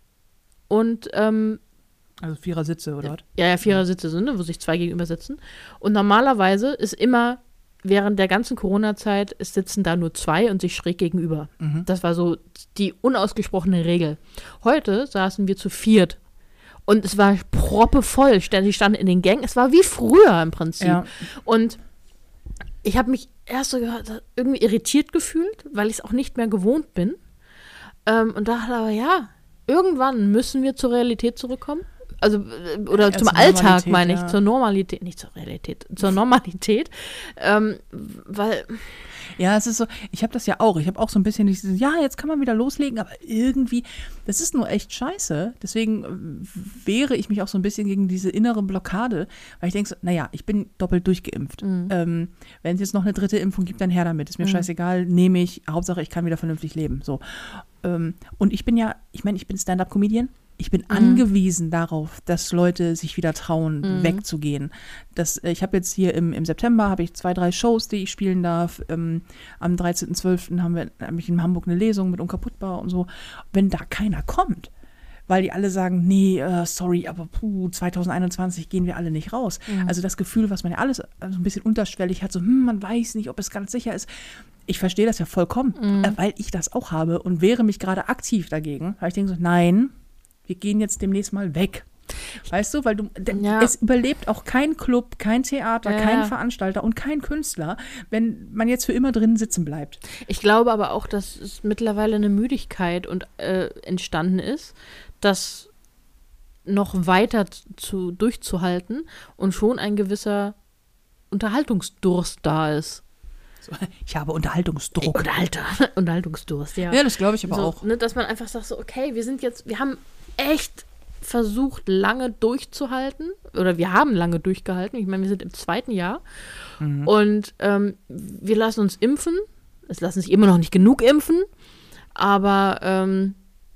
und ähm, Also Vierer Sitze, oder was? ja, ja, Vierersitze sind, ne, wo sich zwei gegenüber sitzen. Und normalerweise ist immer während der ganzen Corona-Zeit es sitzen da nur zwei und sich schräg gegenüber. Mhm. Das war so die unausgesprochene Regel. Heute saßen wir zu viert. Und es war proppevoll. Die standen in den Gängen. Es war wie früher im Prinzip. Ja. Und ich habe mich erst so gehört, irgendwie irritiert gefühlt, weil ich es auch nicht mehr gewohnt bin. Ähm, und dachte aber, ja, irgendwann müssen wir zur Realität zurückkommen. Also, äh, oder Ja, zum zur Alltag, Normalität, meine ich, ja. zur Normalität, nicht zur Realität, zur Normalität. ähm, weil, Ja, es ist so, ich habe das ja auch. Ich habe auch so ein bisschen dieses, ja, jetzt kann man wieder loslegen, aber irgendwie, das ist nur echt scheiße. Deswegen äh, wehre ich mich auch so ein bisschen gegen diese innere Blockade, weil ich denke so, naja, ich bin doppelt durchgeimpft. Mhm. Ähm, wenn es jetzt noch eine dritte Impfung gibt, dann her damit. Ist mir Mhm. scheißegal, nehme ich. Hauptsache, ich kann wieder vernünftig leben. So. Ähm, und ich bin ja, ich meine, ich bin Stand-up-Comedian. Ich bin angewiesen darauf, dass Leute sich wieder trauen, Mhm. wegzugehen. Das, äh, ich habe jetzt hier im, im September habe ich zwei, drei Shows, die ich spielen darf. Ähm, am dreizehnten zwölften haben wir hab ich in Hamburg eine Lesung mit Unkaputtbar und so. Wenn da keiner kommt, weil die alle sagen, nee, äh, sorry, aber puh, zwanzig einundzwanzig gehen wir alle nicht raus. Mhm. Also das Gefühl, was man ja alles so ein bisschen unterschwellig hat, so, hm, man weiß nicht, ob es ganz sicher ist. Ich verstehe das ja vollkommen, Mhm. äh, weil ich das auch habe und wehre mich gerade aktiv dagegen. Weil ich denke so, nein, wir gehen jetzt demnächst mal weg. Weißt du, weil du, d- Ja. es überlebt auch kein Club, kein Theater, Ja, kein ja. Veranstalter und kein Künstler, wenn man jetzt für immer drinnen sitzen bleibt. ich glaube aber auch, dass es mittlerweile eine Müdigkeit und, äh, entstanden ist, das noch weiter zu, durchzuhalten und schon ein gewisser Unterhaltungsdurst da ist. So, ich habe Unterhaltungsdruck. Unterhalter. Unterhaltungsdurst, ja. Ja, das glaube ich aber so, auch. Ne, dass man einfach sagt so, okay, wir sind jetzt, wir haben echt versucht, lange durchzuhalten. Oder wir haben lange durchgehalten. Ich meine, wir sind im zweiten Jahr. Mhm. Und ähm, wir lassen uns impfen. Es lassen sich immer noch nicht genug impfen. Aber ähm,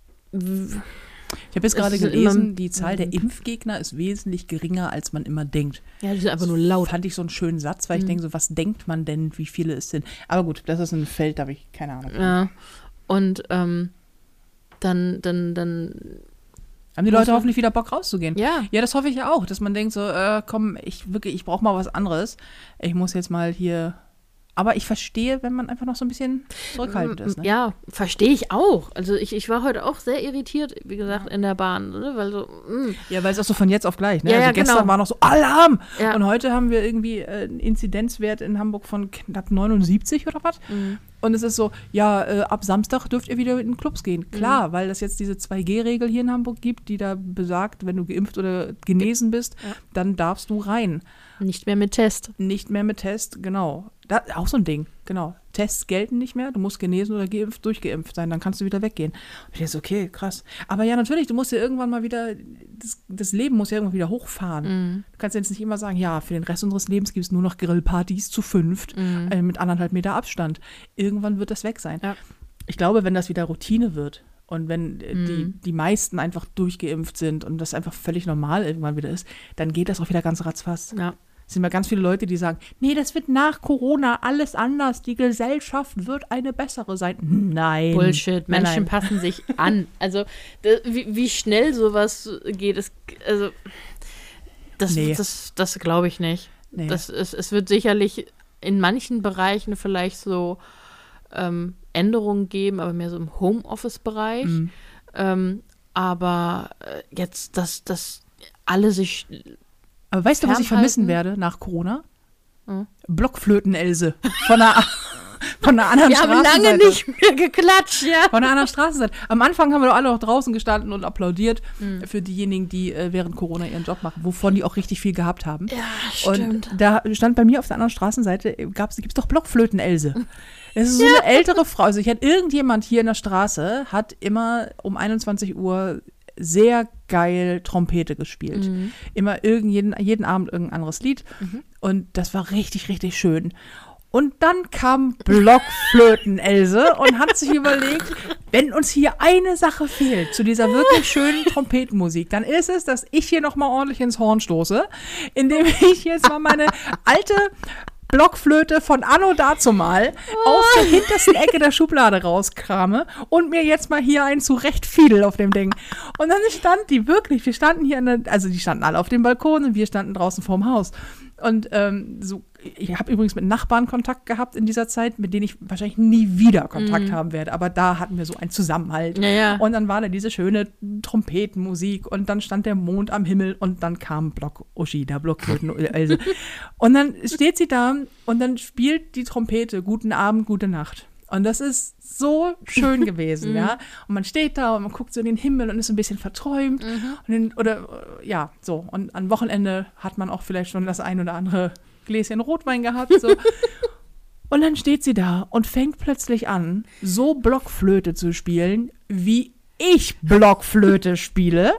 w- Ich habe jetzt Es gerade ist immer- gelesen, die Zahl der Impfgegner ist wesentlich geringer, als man immer denkt. ja, die sind einfach nur laut. Fand ich so einen schönen Satz, weil ich Mhm. denke so, was denkt man denn, wie viele es sind? Aber gut, das ist ein Feld, da habe ich keine Ahnung. Ja. Und ähm, dann, dann, dann, Haben die Muss Leute man- hoffentlich wieder Bock rauszugehen? ja. Ja, das hoffe ich ja auch, dass man denkt so, äh, komm, ich wirklich, ich brauche mal was anderes. Ich muss jetzt mal hier. Aber ich verstehe, wenn man einfach noch so ein bisschen zurückhaltend ist. Ne? Ja, verstehe ich auch. Also ich, ich war heute auch sehr irritiert, wie gesagt, in der Bahn, ne? Weil so, mh. Ja, weil es auch so von jetzt auf gleich. Ne? Ja, also ja, gestern genau. war noch so Alarm. Ja. Und heute haben wir irgendwie äh, einen Inzidenzwert in Hamburg von knapp neunundsiebzig oder was. Mhm. Und es ist so, ja, äh, ab Samstag dürft ihr wieder in den Clubs gehen. Klar, Mhm. weil es jetzt diese zwei G Regel hier in Hamburg gibt, die da besagt, wenn du geimpft oder genesen bist, Ja. dann darfst du rein. Nicht mehr mit Test. Nicht mehr mit Test, genau. Da, auch so ein Ding, genau. Tests gelten nicht mehr, du musst genesen oder geimpft, durchgeimpft sein, dann kannst du wieder weggehen. Und ich denke so, okay, krass. Aber ja, natürlich, du musst ja irgendwann mal wieder, das, das Leben muss ja irgendwann wieder hochfahren. Mhm. Du kannst jetzt nicht immer sagen, ja, für den Rest unseres Lebens gibt es nur noch Grillpartys zu fünft, Mhm. äh, mit anderthalb Meter Abstand. Irgendwann wird das weg sein. Ja. Ich glaube, wenn das wieder Routine wird und wenn äh, die, Mhm. die meisten einfach durchgeimpft sind und das einfach völlig normal irgendwann wieder ist, dann geht das auch wieder ganz ratzfatz. Ja. Es sind mal ganz viele Leute, die sagen, nee, das wird nach Corona alles anders, die Gesellschaft wird eine bessere sein. Nein. Bullshit. Nein, Menschen nein. passen sich an. Also, da, wie, wie schnell sowas geht, ist, also, das, Nee. das, das glaube ich nicht. Nee. Das ist, es wird sicherlich in manchen Bereichen vielleicht so ähm, Änderungen geben, aber mehr so im Homeoffice-Bereich. Mhm. Ähm, aber äh, jetzt, dass, dass alle sich. Aber weißt du, was ich Fernhalten? vermissen werde nach Corona? Hm. Blockflöten-Else von der, von einer anderen Wir haben Straßenseite. lange nicht mehr geklatscht, ja. Von einer anderen Straßenseite. Am Anfang haben wir doch alle noch draußen gestanden und applaudiert mhm. für diejenigen, die äh, während Corona ihren Job machen, wovon die auch richtig viel gehabt haben. Ja, stimmt. Und da stand bei mir auf der anderen Straßenseite, gibt es doch Blockflöten-Else. Es ist so eine ältere Frau. Also ich hatte irgendjemand hier in der Straße, hat immer um einundzwanzig Uhr sehr geil Trompete gespielt. Mhm. Immer irgend, jeden, jeden Abend irgendein anderes Lied. Mhm. Und das war richtig, richtig schön. Und dann kam Blockflöten-Else und hat sich überlegt, wenn uns hier eine Sache fehlt zu dieser wirklich schönen Trompetenmusik, dann ist es, dass ich hier nochmal ordentlich ins Horn stoße, indem ich jetzt mal meine alte Blockflöte von anno dazumal oh. aus der hintersten Ecke der Schublade rauskrame und mir jetzt mal hier einen zurechtfiedel auf dem Ding. Und dann stand die wirklich, wir standen hier, in der, also die standen alle auf dem Balkon und wir standen draußen vorm Haus. Und ähm, so, ich habe übrigens mit Nachbarn Kontakt gehabt in dieser Zeit, mit denen ich wahrscheinlich nie wieder Kontakt mm. haben werde. Aber da hatten wir so einen Zusammenhalt. Ja, ja. Und dann war da diese schöne Trompetenmusik und dann stand der Mond am Himmel und dann kam Block Uschi, der Blockflöten-Else. Und dann steht sie da und dann spielt die Trompete Guten Abend, gute Nacht. Und das ist so schön gewesen, ja. Und man steht da und man guckt so in den Himmel und ist so ein bisschen verträumt. Mhm. Und den, oder, ja, so. Und am Wochenende hat man auch vielleicht schon das ein oder andere Gläschen Rotwein gehabt, so. Und dann steht sie da und fängt plötzlich an, so Blockflöte zu spielen, wie ich Blockflöte spiele,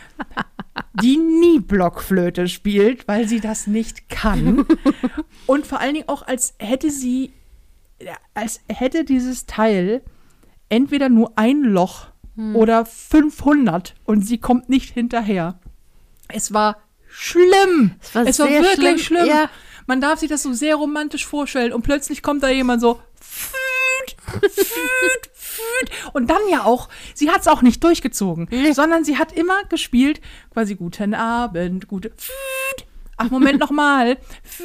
die nie Blockflöte spielt, weil sie das nicht kann. Und vor allen Dingen auch, als hätte sie als hätte dieses Teil entweder nur ein Loch hm. oder fünfhundert und sie kommt nicht hinterher. Es war schlimm. Es war, es war sehr wirklich schlimm. schlimm. Ja. Man darf sich das so sehr romantisch vorstellen und plötzlich kommt da jemand so füt, füt, füt. Und dann ja auch, sie hat es auch nicht durchgezogen, mhm. sondern sie hat immer gespielt, quasi guten Abend, gute füt. Ach, Moment, nochmal.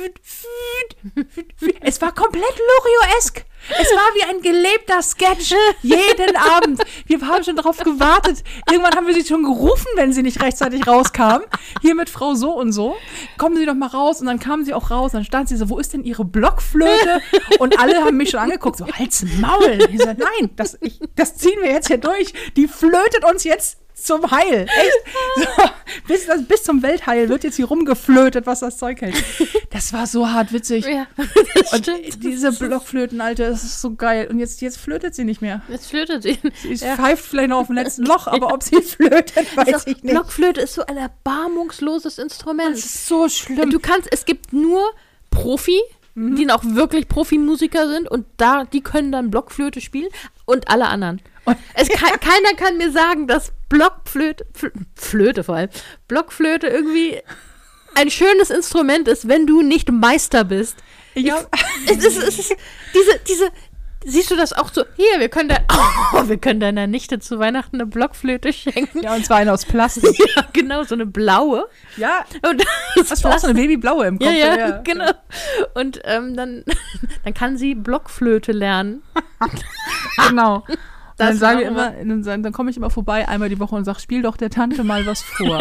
Es war komplett Loriot-esk. Es war wie ein gelebter Sketch. Jeden Abend. Wir haben schon darauf gewartet. Irgendwann haben wir sie schon gerufen, wenn sie nicht rechtzeitig rauskam. Hier mit Frau so und so. Kommen Sie doch mal raus. Und dann kam sie auch raus. Dann stand sie so, wo ist denn Ihre Blockflöte? Und alle haben mich schon angeguckt. So, halt's Maul. Ich so, nein, das, ich, das ziehen wir jetzt hier durch. Die flötet uns jetzt zum Heil. Echt? So, bis, das, bis zum Weltheil wird jetzt hier rumgeflötet, was das Zeug hält. Das war so hart witzig. Ja, das und stimmt. Diese Blockflöten, Alter, das ist so geil. Und jetzt, jetzt flötet sie nicht mehr. Jetzt flötet sie. Sie ja. pfeift vielleicht noch auf dem letzten Loch, aber ob sie flötet, weiß also, ich nicht. Blockflöte ist so ein erbarmungsloses Instrument. Das ist so schlimm. Du kannst, es gibt nur Profi, mhm. die auch wirklich Profimusiker sind und da, die können dann Blockflöte spielen und alle anderen. Und es kann, keiner kann mir sagen, dass Blockflöte, Fl- Flöte vor allem, Blockflöte irgendwie ein schönes Instrument ist, wenn du nicht Meister bist. Ja. Ich, es ist, es ist, diese, diese, siehst du das auch so? Hier, wir können, da, oh, wir können deiner Nichte zu Weihnachten eine Blockflöte schenken. Ja, und zwar eine aus Plastik. Ja, genau, so eine blaue. Ja, und das hast du auch so eine Babyblaue im Kopf? Ja, ja, ja, genau. Und ähm, dann, dann kann sie Blockflöte lernen. Genau. Das dann sagen wir immer, dann, dann komme ich immer vorbei einmal die Woche und sage, spiel doch der Tante mal was vor.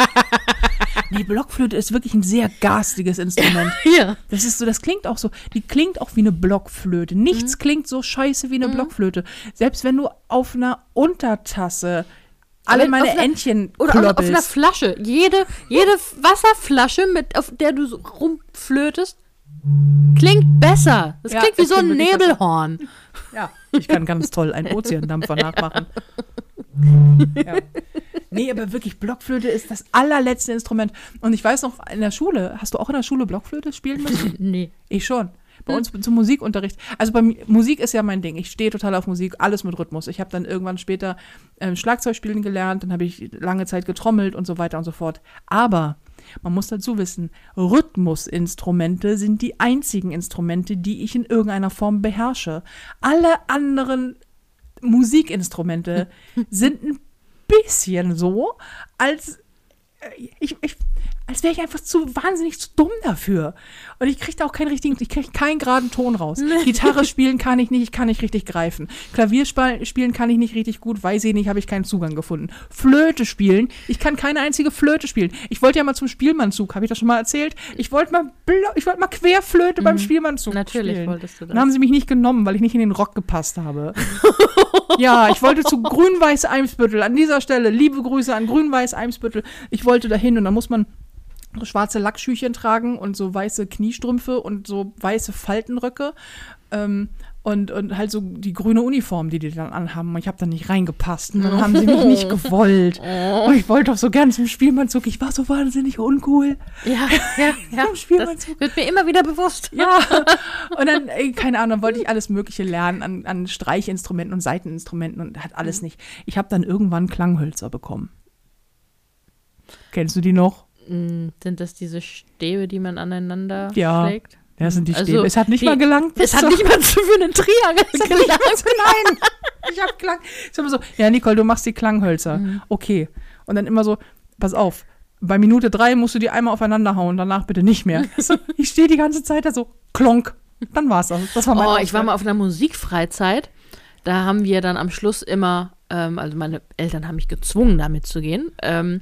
Nee, Blockflöte ist wirklich ein sehr garstiges Instrument. Ja. Das ist so, das klingt auch so, die klingt auch wie eine Blockflöte. Nichts mhm. klingt so scheiße wie eine mhm. Blockflöte. Selbst wenn du auf einer Untertasse alle meine einer, Entchen oder auf, auf einer Flasche. Jede, jede Wasserflasche, mit, auf der du so rumflötest, klingt besser. Das ja, klingt wie das so ein Nebelhorn. Besser. Ja, ich kann ganz toll einen Ozeandampfer nachmachen. Ja. Nee, aber wirklich, Blockflöte ist das allerletzte Instrument. Und ich weiß noch, in der Schule, hast du auch in der Schule Blockflöte spielen müssen? Nee. Ich schon. Bei uns zum Musikunterricht. Also bei Musik ist ja mein Ding. Ich stehe total auf Musik, alles mit Rhythmus. Ich habe dann irgendwann später ähm, Schlagzeug spielen gelernt, dann habe ich lange Zeit getrommelt und so weiter und so fort. Aber man muss dazu wissen, Rhythmusinstrumente sind die einzigen Instrumente, die ich in irgendeiner Form beherrsche. Alle anderen Musikinstrumente sind ein bisschen so, als, ich, ich, als als wäre ich einfach zu wahnsinnig zu dumm dafür. Und ich kriege da auch keinen richtigen, ich kriege keinen geraden Ton raus. Nee. Gitarre spielen kann ich nicht, ich kann nicht richtig greifen. Klavier spielen kann ich nicht richtig gut, weiß ich nicht, habe ich keinen Zugang gefunden. Flöte spielen, ich kann keine einzige Flöte spielen. Ich wollte ja mal zum Spielmannzug, habe ich das schon mal erzählt? Ich wollte mal, ich wollte mal Querflöte mhm. beim Spielmannzug Natürlich spielen. wolltest du das. Dann haben sie mich nicht genommen, weil ich nicht in den Rock gepasst habe. Ja, ich wollte zu Grün-Weiß-Eimsbüttel. An dieser Stelle liebe Grüße an Grün-Weiß-Eimsbüttel. Ich wollte dahin und dann muss man so schwarze Lackschüchen tragen und so weiße Kniestrümpfe und so weiße Faltenröcke ähm, und, und halt so die grüne Uniform, die die dann anhaben. Und ich habe da nicht reingepasst und dann haben sie mich nicht gewollt. Und ich wollte doch so gern zum Spielmannzug. Ich war so wahnsinnig uncool. Ja, ja, ja. Das wird mir immer wieder bewusst. Ja, und dann, ey, keine Ahnung, dann wollte ich alles Mögliche lernen an, an Streichinstrumenten und Saiteninstrumenten und hat alles nicht. Ich habe dann irgendwann Klanghölzer bekommen. Kennst du die noch? Sind das diese Stäbe, die man aneinander ja. schlägt? Ja, das sind die Stäbe. Also, es hat nicht die, mal gelangt. Es hat nicht mal für einen Triangel gelangt. Nein, ich hab Klang. Ich immer so, ja, Nicole, du machst die Klanghölzer. Mhm. Okay. Und dann immer so, pass auf, bei Minute drei musst du die einmal aufeinander hauen, danach bitte nicht mehr. Also, ich stehe die ganze Zeit da so, klonk. Dann war's das. Das war mein Oh, ich war mal auf einer Musikfreizeit. Da haben wir dann am Schluss immer, ähm, also meine Eltern haben mich gezwungen, da mitzugehen. Ähm,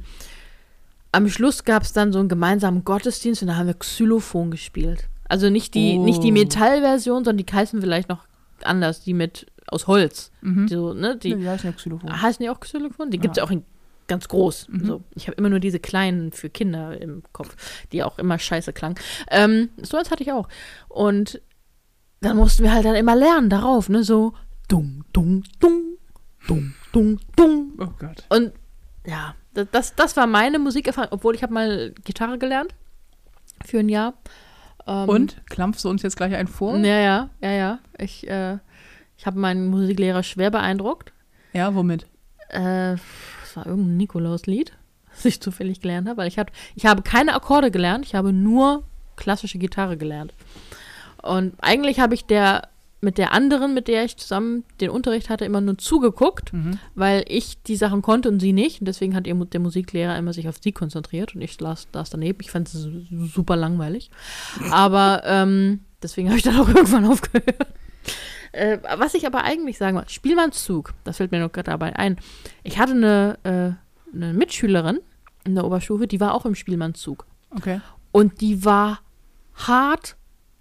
am Schluss gab es dann so einen gemeinsamen Gottesdienst und da haben wir Xylophon gespielt. Also nicht die, oh. nicht die Metallversion, sondern die heißen vielleicht noch anders, die mit aus Holz. Mhm. So, ne, die, die heißen ja Xylophon. Heißen die auch Xylophon? Die gibt es ja auch in ganz groß. Mhm. So. Ich habe immer nur diese kleinen für Kinder im Kopf, die auch immer scheiße klangen. Ähm, so als hatte ich auch. Und dann mussten wir halt dann immer lernen darauf, ne, so dung, dung, dung, dung, dung, dung. Oh Gott. Und ja, das, das war meine Musikerfahrung, obwohl ich habe mal Gitarre gelernt für ein Jahr. Ähm, Und? Klampfst du uns jetzt gleich einen vor? Ja, ja, ja, ja. Ich, äh, ich habe meinen Musiklehrer schwer beeindruckt. Ja, womit? Äh, das war irgendein Nikolauslied, das ich zufällig gelernt habe, weil ich, hab, ich habe keine Akkorde gelernt, ich habe nur klassische Gitarre gelernt. Und eigentlich habe ich der mit der anderen, mit der ich zusammen den Unterricht hatte, immer nur zugeguckt, mhm. weil ich die Sachen konnte und sie nicht. Und deswegen hat ihr, der Musiklehrer immer sich auf sie konzentriert und ich las, las daneben. Ich fand es super langweilig. Aber ähm, deswegen habe ich dann auch irgendwann aufgehört. Äh, was ich aber eigentlich sagen wollte, Spielmannszug, das fällt mir noch gerade dabei ein. Ich hatte eine, äh, eine Mitschülerin in der Oberstufe, die war auch im Spielmannszug. Okay. Und die war hart,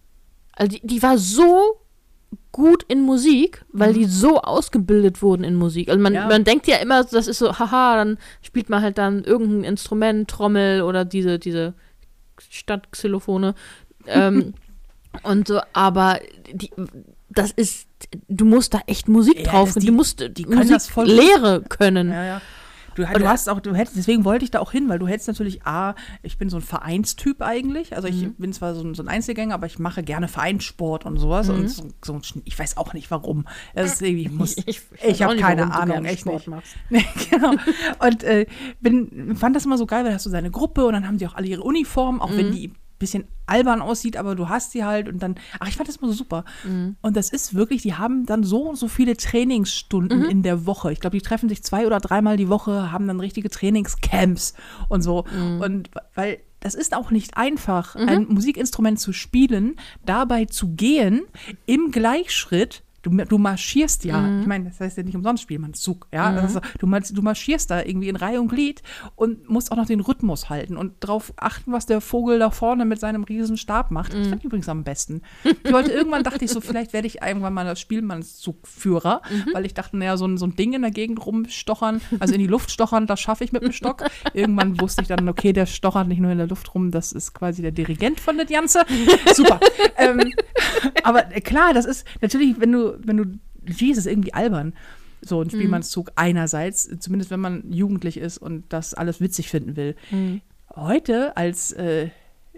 also die, die war so gut in Musik, weil mhm. die so ausgebildet wurden in Musik. Also man, ja. man denkt ja immer, das ist so, haha, dann spielt man halt dann irgendein Instrument, Trommel oder diese, diese Stadtxylophone. ähm, und so, aber die, das ist, du musst da echt Musik ja, drauf, die, du musst die Musiklehre können. Ja, ja. Du, du hast auch, du hättest, deswegen wollte ich da auch hin, weil du hättest natürlich, A, ich bin so ein Vereinstyp eigentlich, also ich mhm. bin zwar so ein, so ein Einzelgänger, aber ich mache gerne Vereinssport und sowas mhm. und so, so ein, ich weiß auch nicht warum. Das ist irgendwie, ich muss, ich, ich, ich habe keine Ahnung, echt nicht. Nee, genau. Und äh, bin, fand das immer so geil, weil da hast du seine Gruppe und dann haben die auch alle ihre Uniformen, auch mhm. wenn die bisschen albern aussieht, aber du hast sie halt und dann, ach, ich fand das immer so super. Mhm. Und das ist wirklich, die haben dann so und so viele Trainingsstunden mhm. in der Woche. Ich glaube, die treffen sich zwei oder dreimal die Woche, haben dann richtige Trainingscamps und so. Mhm. Und weil das ist auch nicht einfach, mhm. ein Musikinstrument zu spielen, dabei zu gehen, im Gleichschritt. Du, du marschierst ja, mhm. ich meine, das heißt ja nicht umsonst Spielmannszug, ja, mhm. also, du, du marschierst da irgendwie in Reihe und Glied und musst auch noch den Rhythmus halten und darauf achten, was der Vogel da vorne mit seinem riesen Stab macht. Das mhm. fand ich übrigens am besten. Ich wollte, irgendwann dachte ich so, vielleicht werde ich irgendwann mal das Spielmannszugführer, mhm. weil ich dachte, naja, so ein, so ein Ding in der Gegend rumstochern, also in die Luft stochern, das schaffe ich mit dem Stock. Irgendwann wusste ich dann, okay, der stochert nicht nur in der Luft rum, das ist quasi der Dirigent von der Janze. Super. ähm, aber klar, das ist natürlich, wenn du wenn du, Jesus, ist irgendwie albern, so ein Spielmannszug mhm. einerseits, zumindest wenn man jugendlich ist und das alles witzig finden will. Mhm. Heute als äh,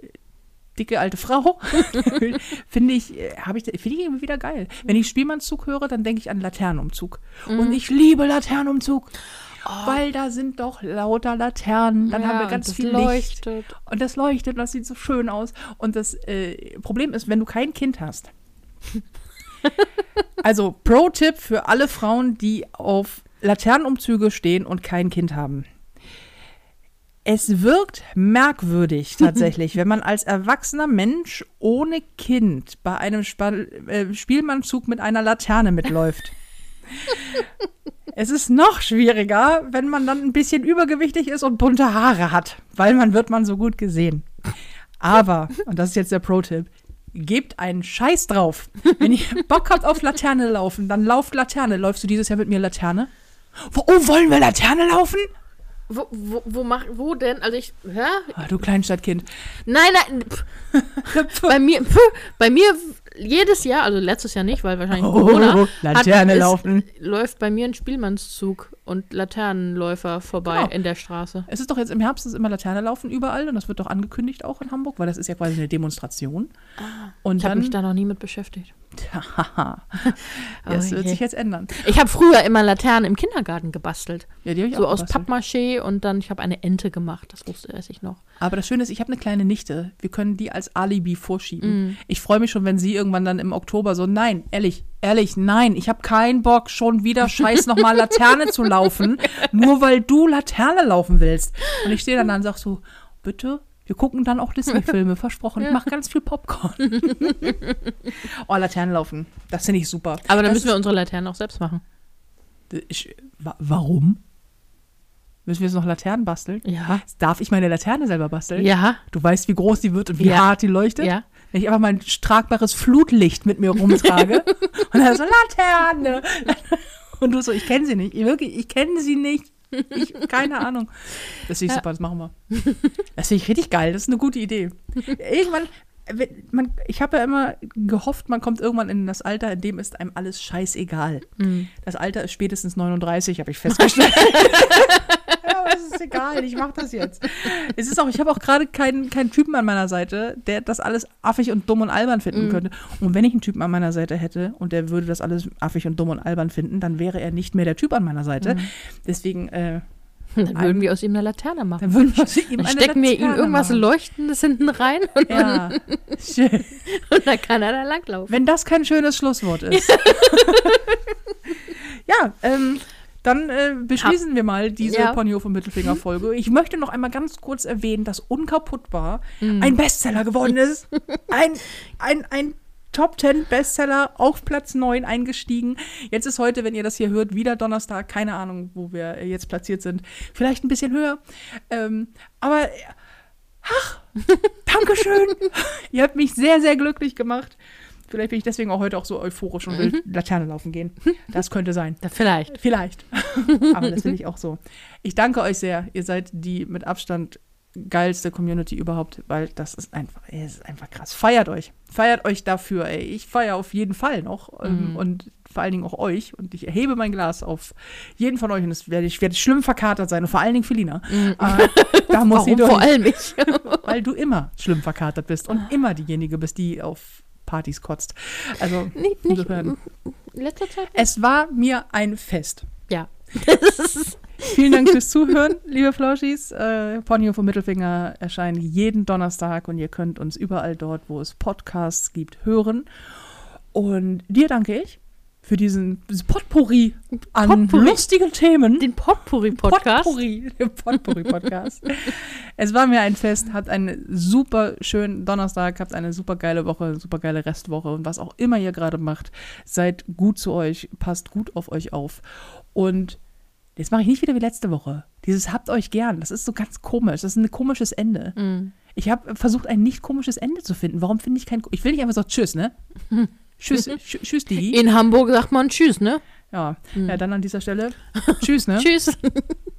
dicke alte Frau finde ich, habe ich, finde ich irgendwie wieder geil. Wenn ich Spielmannszug höre, dann denke ich an Laternenumzug. Mhm. Und ich liebe Laternenumzug. Oh. Weil da sind doch lauter Laternen, dann ja, haben wir ganz viel Licht. Leuchtet. Und das leuchtet, das sieht so schön aus. Und das äh, Problem ist, wenn du kein Kind hast, also Pro-Tipp für alle Frauen, die auf Laternenumzüge stehen und kein Kind haben. Es wirkt merkwürdig tatsächlich, wenn man als erwachsener Mensch ohne Kind bei einem Sp- äh, Spielmannzug mit einer Laterne mitläuft. Es ist noch schwieriger, wenn man dann ein bisschen übergewichtig ist und bunte Haare hat, weil man wird man so gut gesehen. Aber, und das ist jetzt der Pro-Tipp, gebt einen Scheiß drauf. Wenn ihr Bock habt auf Laterne laufen, dann lauft Laterne. Läufst du dieses Jahr mit mir Laterne? Wo, oh, wollen wir Laterne laufen? Wo, wo, wo, mach, wo denn? Also ich, hä? Ah, du Kleinstadtkind. Nein, nein. Pff. bei mir, pff, bei mir jedes Jahr, also letztes Jahr nicht, weil wahrscheinlich Oh, Corona, Laterne hat, laufen. Es, läuft bei mir ein Spielmannszug und Laternenläufer vorbei Genau. in der Straße. Es ist doch jetzt im Herbst ist immer Laterne laufen überall und das wird doch angekündigt auch in Hamburg, weil das ist ja quasi eine Demonstration. Ah, und ich habe dann, mich da noch nie mit beschäftigt. Haha. Das Oh wird je. sich jetzt ändern. Ich habe früher immer Laternen im Kindergarten gebastelt. Ja, die hab ich So auch aus gebastelt. Pappmaché und dann, ich habe eine Ente gemacht. Das wusste ich noch. Aber das Schöne ist, ich habe eine kleine Nichte. Wir können die als Alibi vorschieben. Mm. Ich freue mich schon, wenn sie irgendwann dann im Oktober so, nein, ehrlich, ehrlich, nein, ich habe keinen Bock, schon wieder scheiß nochmal Laterne zu laufen, nur weil du Laterne laufen willst. Und ich stehe dann da und sag so, bitte? Wir gucken dann auch Disney-Filme, versprochen. Ich mache ganz viel Popcorn. Oh, Laternen laufen, das finde ich super. Aber dann Das müssen wir unsere Laternen auch selbst machen. ist, ich, wa- warum? Müssen wir jetzt noch Laternen basteln? Ja. Darf ich meine Laterne selber basteln? Ja. Du weißt, wie groß die wird und wie Ja. hart die leuchtet? Ja. Wenn ich einfach mein tragbares Flutlicht mit mir rumtrage und dann so, Laterne. Und du so, ich kenne sie nicht. Ich, wirklich, ich kenne sie nicht. Ich, keine Ahnung. Das finde ich Ja. super, das machen wir. Das finde ich richtig geil. Das ist eine gute Idee. Irgendwann, wenn- man, ich habe ja immer gehofft, man kommt irgendwann in das Alter, in dem ist einem alles scheißegal. Mhm. Das Alter ist spätestens neununddreißig, habe ich festgestellt. Ja, aber es ist egal, ich mache das jetzt. Es ist auch, ich habe auch gerade keinen, keinen Typen an meiner Seite, der das alles affig und dumm und albern finden Mhm. könnte. Und wenn ich einen Typen an meiner Seite hätte und der würde das alles affig und dumm und albern finden, dann wäre er nicht mehr der Typ an meiner Seite. Mhm. Deswegen, äh, Dann würden wir aus ihm eine Laterne machen. dann würden wir aus ihm Dann eine stecken wir ihm Laterne irgendwas machen. Leuchtendes hinten rein und, Ja, schön. und dann kann er da langlaufen. Wenn das kein schönes Schlusswort ist. Ja, ähm, dann äh, beschließen wir mal diese Ja. Ponyhof und Mittelfinger-Folge. Ich möchte noch einmal ganz kurz erwähnen, dass Unkaputtbar Mhm. ein Bestseller geworden ist. Ein, ein, ein Top zehn Bestseller auf Platz neun eingestiegen. Jetzt ist heute, wenn ihr das hier hört, wieder Donnerstag. Keine Ahnung, wo wir jetzt platziert sind. Vielleicht ein bisschen höher. Ähm, aber, ach, Dankeschön. Ihr habt mich sehr, sehr glücklich gemacht. Vielleicht bin ich deswegen auch heute auch so euphorisch und will Laterne laufen gehen. Das könnte sein. Da vielleicht. Vielleicht. Aber das will ich auch so. Ich danke euch sehr. Ihr seid die mit Abstand geilste Community überhaupt, weil das ist einfach, ey, es ist einfach krass. Feiert euch. Feiert euch dafür, ey. Ich feiere auf jeden Fall noch. Ähm, Mhm. und vor allen Dingen auch euch. Und ich erhebe mein Glas auf jeden von euch. Und es werde ich werde schlimm verkatert sein. Und vor allen Dingen Felina. Mhm. Aber da muss sie Warum durch. vor allem ich? Weil du immer schlimm verkatert bist und immer diejenige bist, die auf Partys kotzt. Also, nicht, nicht insofern. in letzter Zeit. Es war mir ein Fest. Ja. Vielen Dank fürs Zuhören, liebe Flauschis. Äh, Ponyhof und Mittelfinger erscheinen jeden Donnerstag und ihr könnt uns überall dort, wo es Podcasts gibt, hören. Und dir danke ich für diesen dieses Potpourri an Potpourri. lustigen Themen. Den Potpourri-Podcast. Potpourri, den Potpourri-Podcast. Es war mir ein Fest. Habt einen super schönen Donnerstag, habt eine super geile Woche, super geile Restwoche und was auch immer ihr gerade macht. Seid gut zu euch, passt gut auf euch auf. Und jetzt mache ich nicht wieder wie letzte Woche. Dieses habt euch gern. Das ist so ganz komisch. Das ist ein komisches Ende. Mhm. Ich habe versucht, ein nicht komisches Ende zu finden. Warum finde ich kein... Ich will nicht einfach so Tschüss, ne? Tschüss, tsch- tschüss, Digi. In Hamburg sagt man Tschüss, ne? Ja. Mhm. ja, dann an dieser Stelle Tschüss, ne? Tschüss.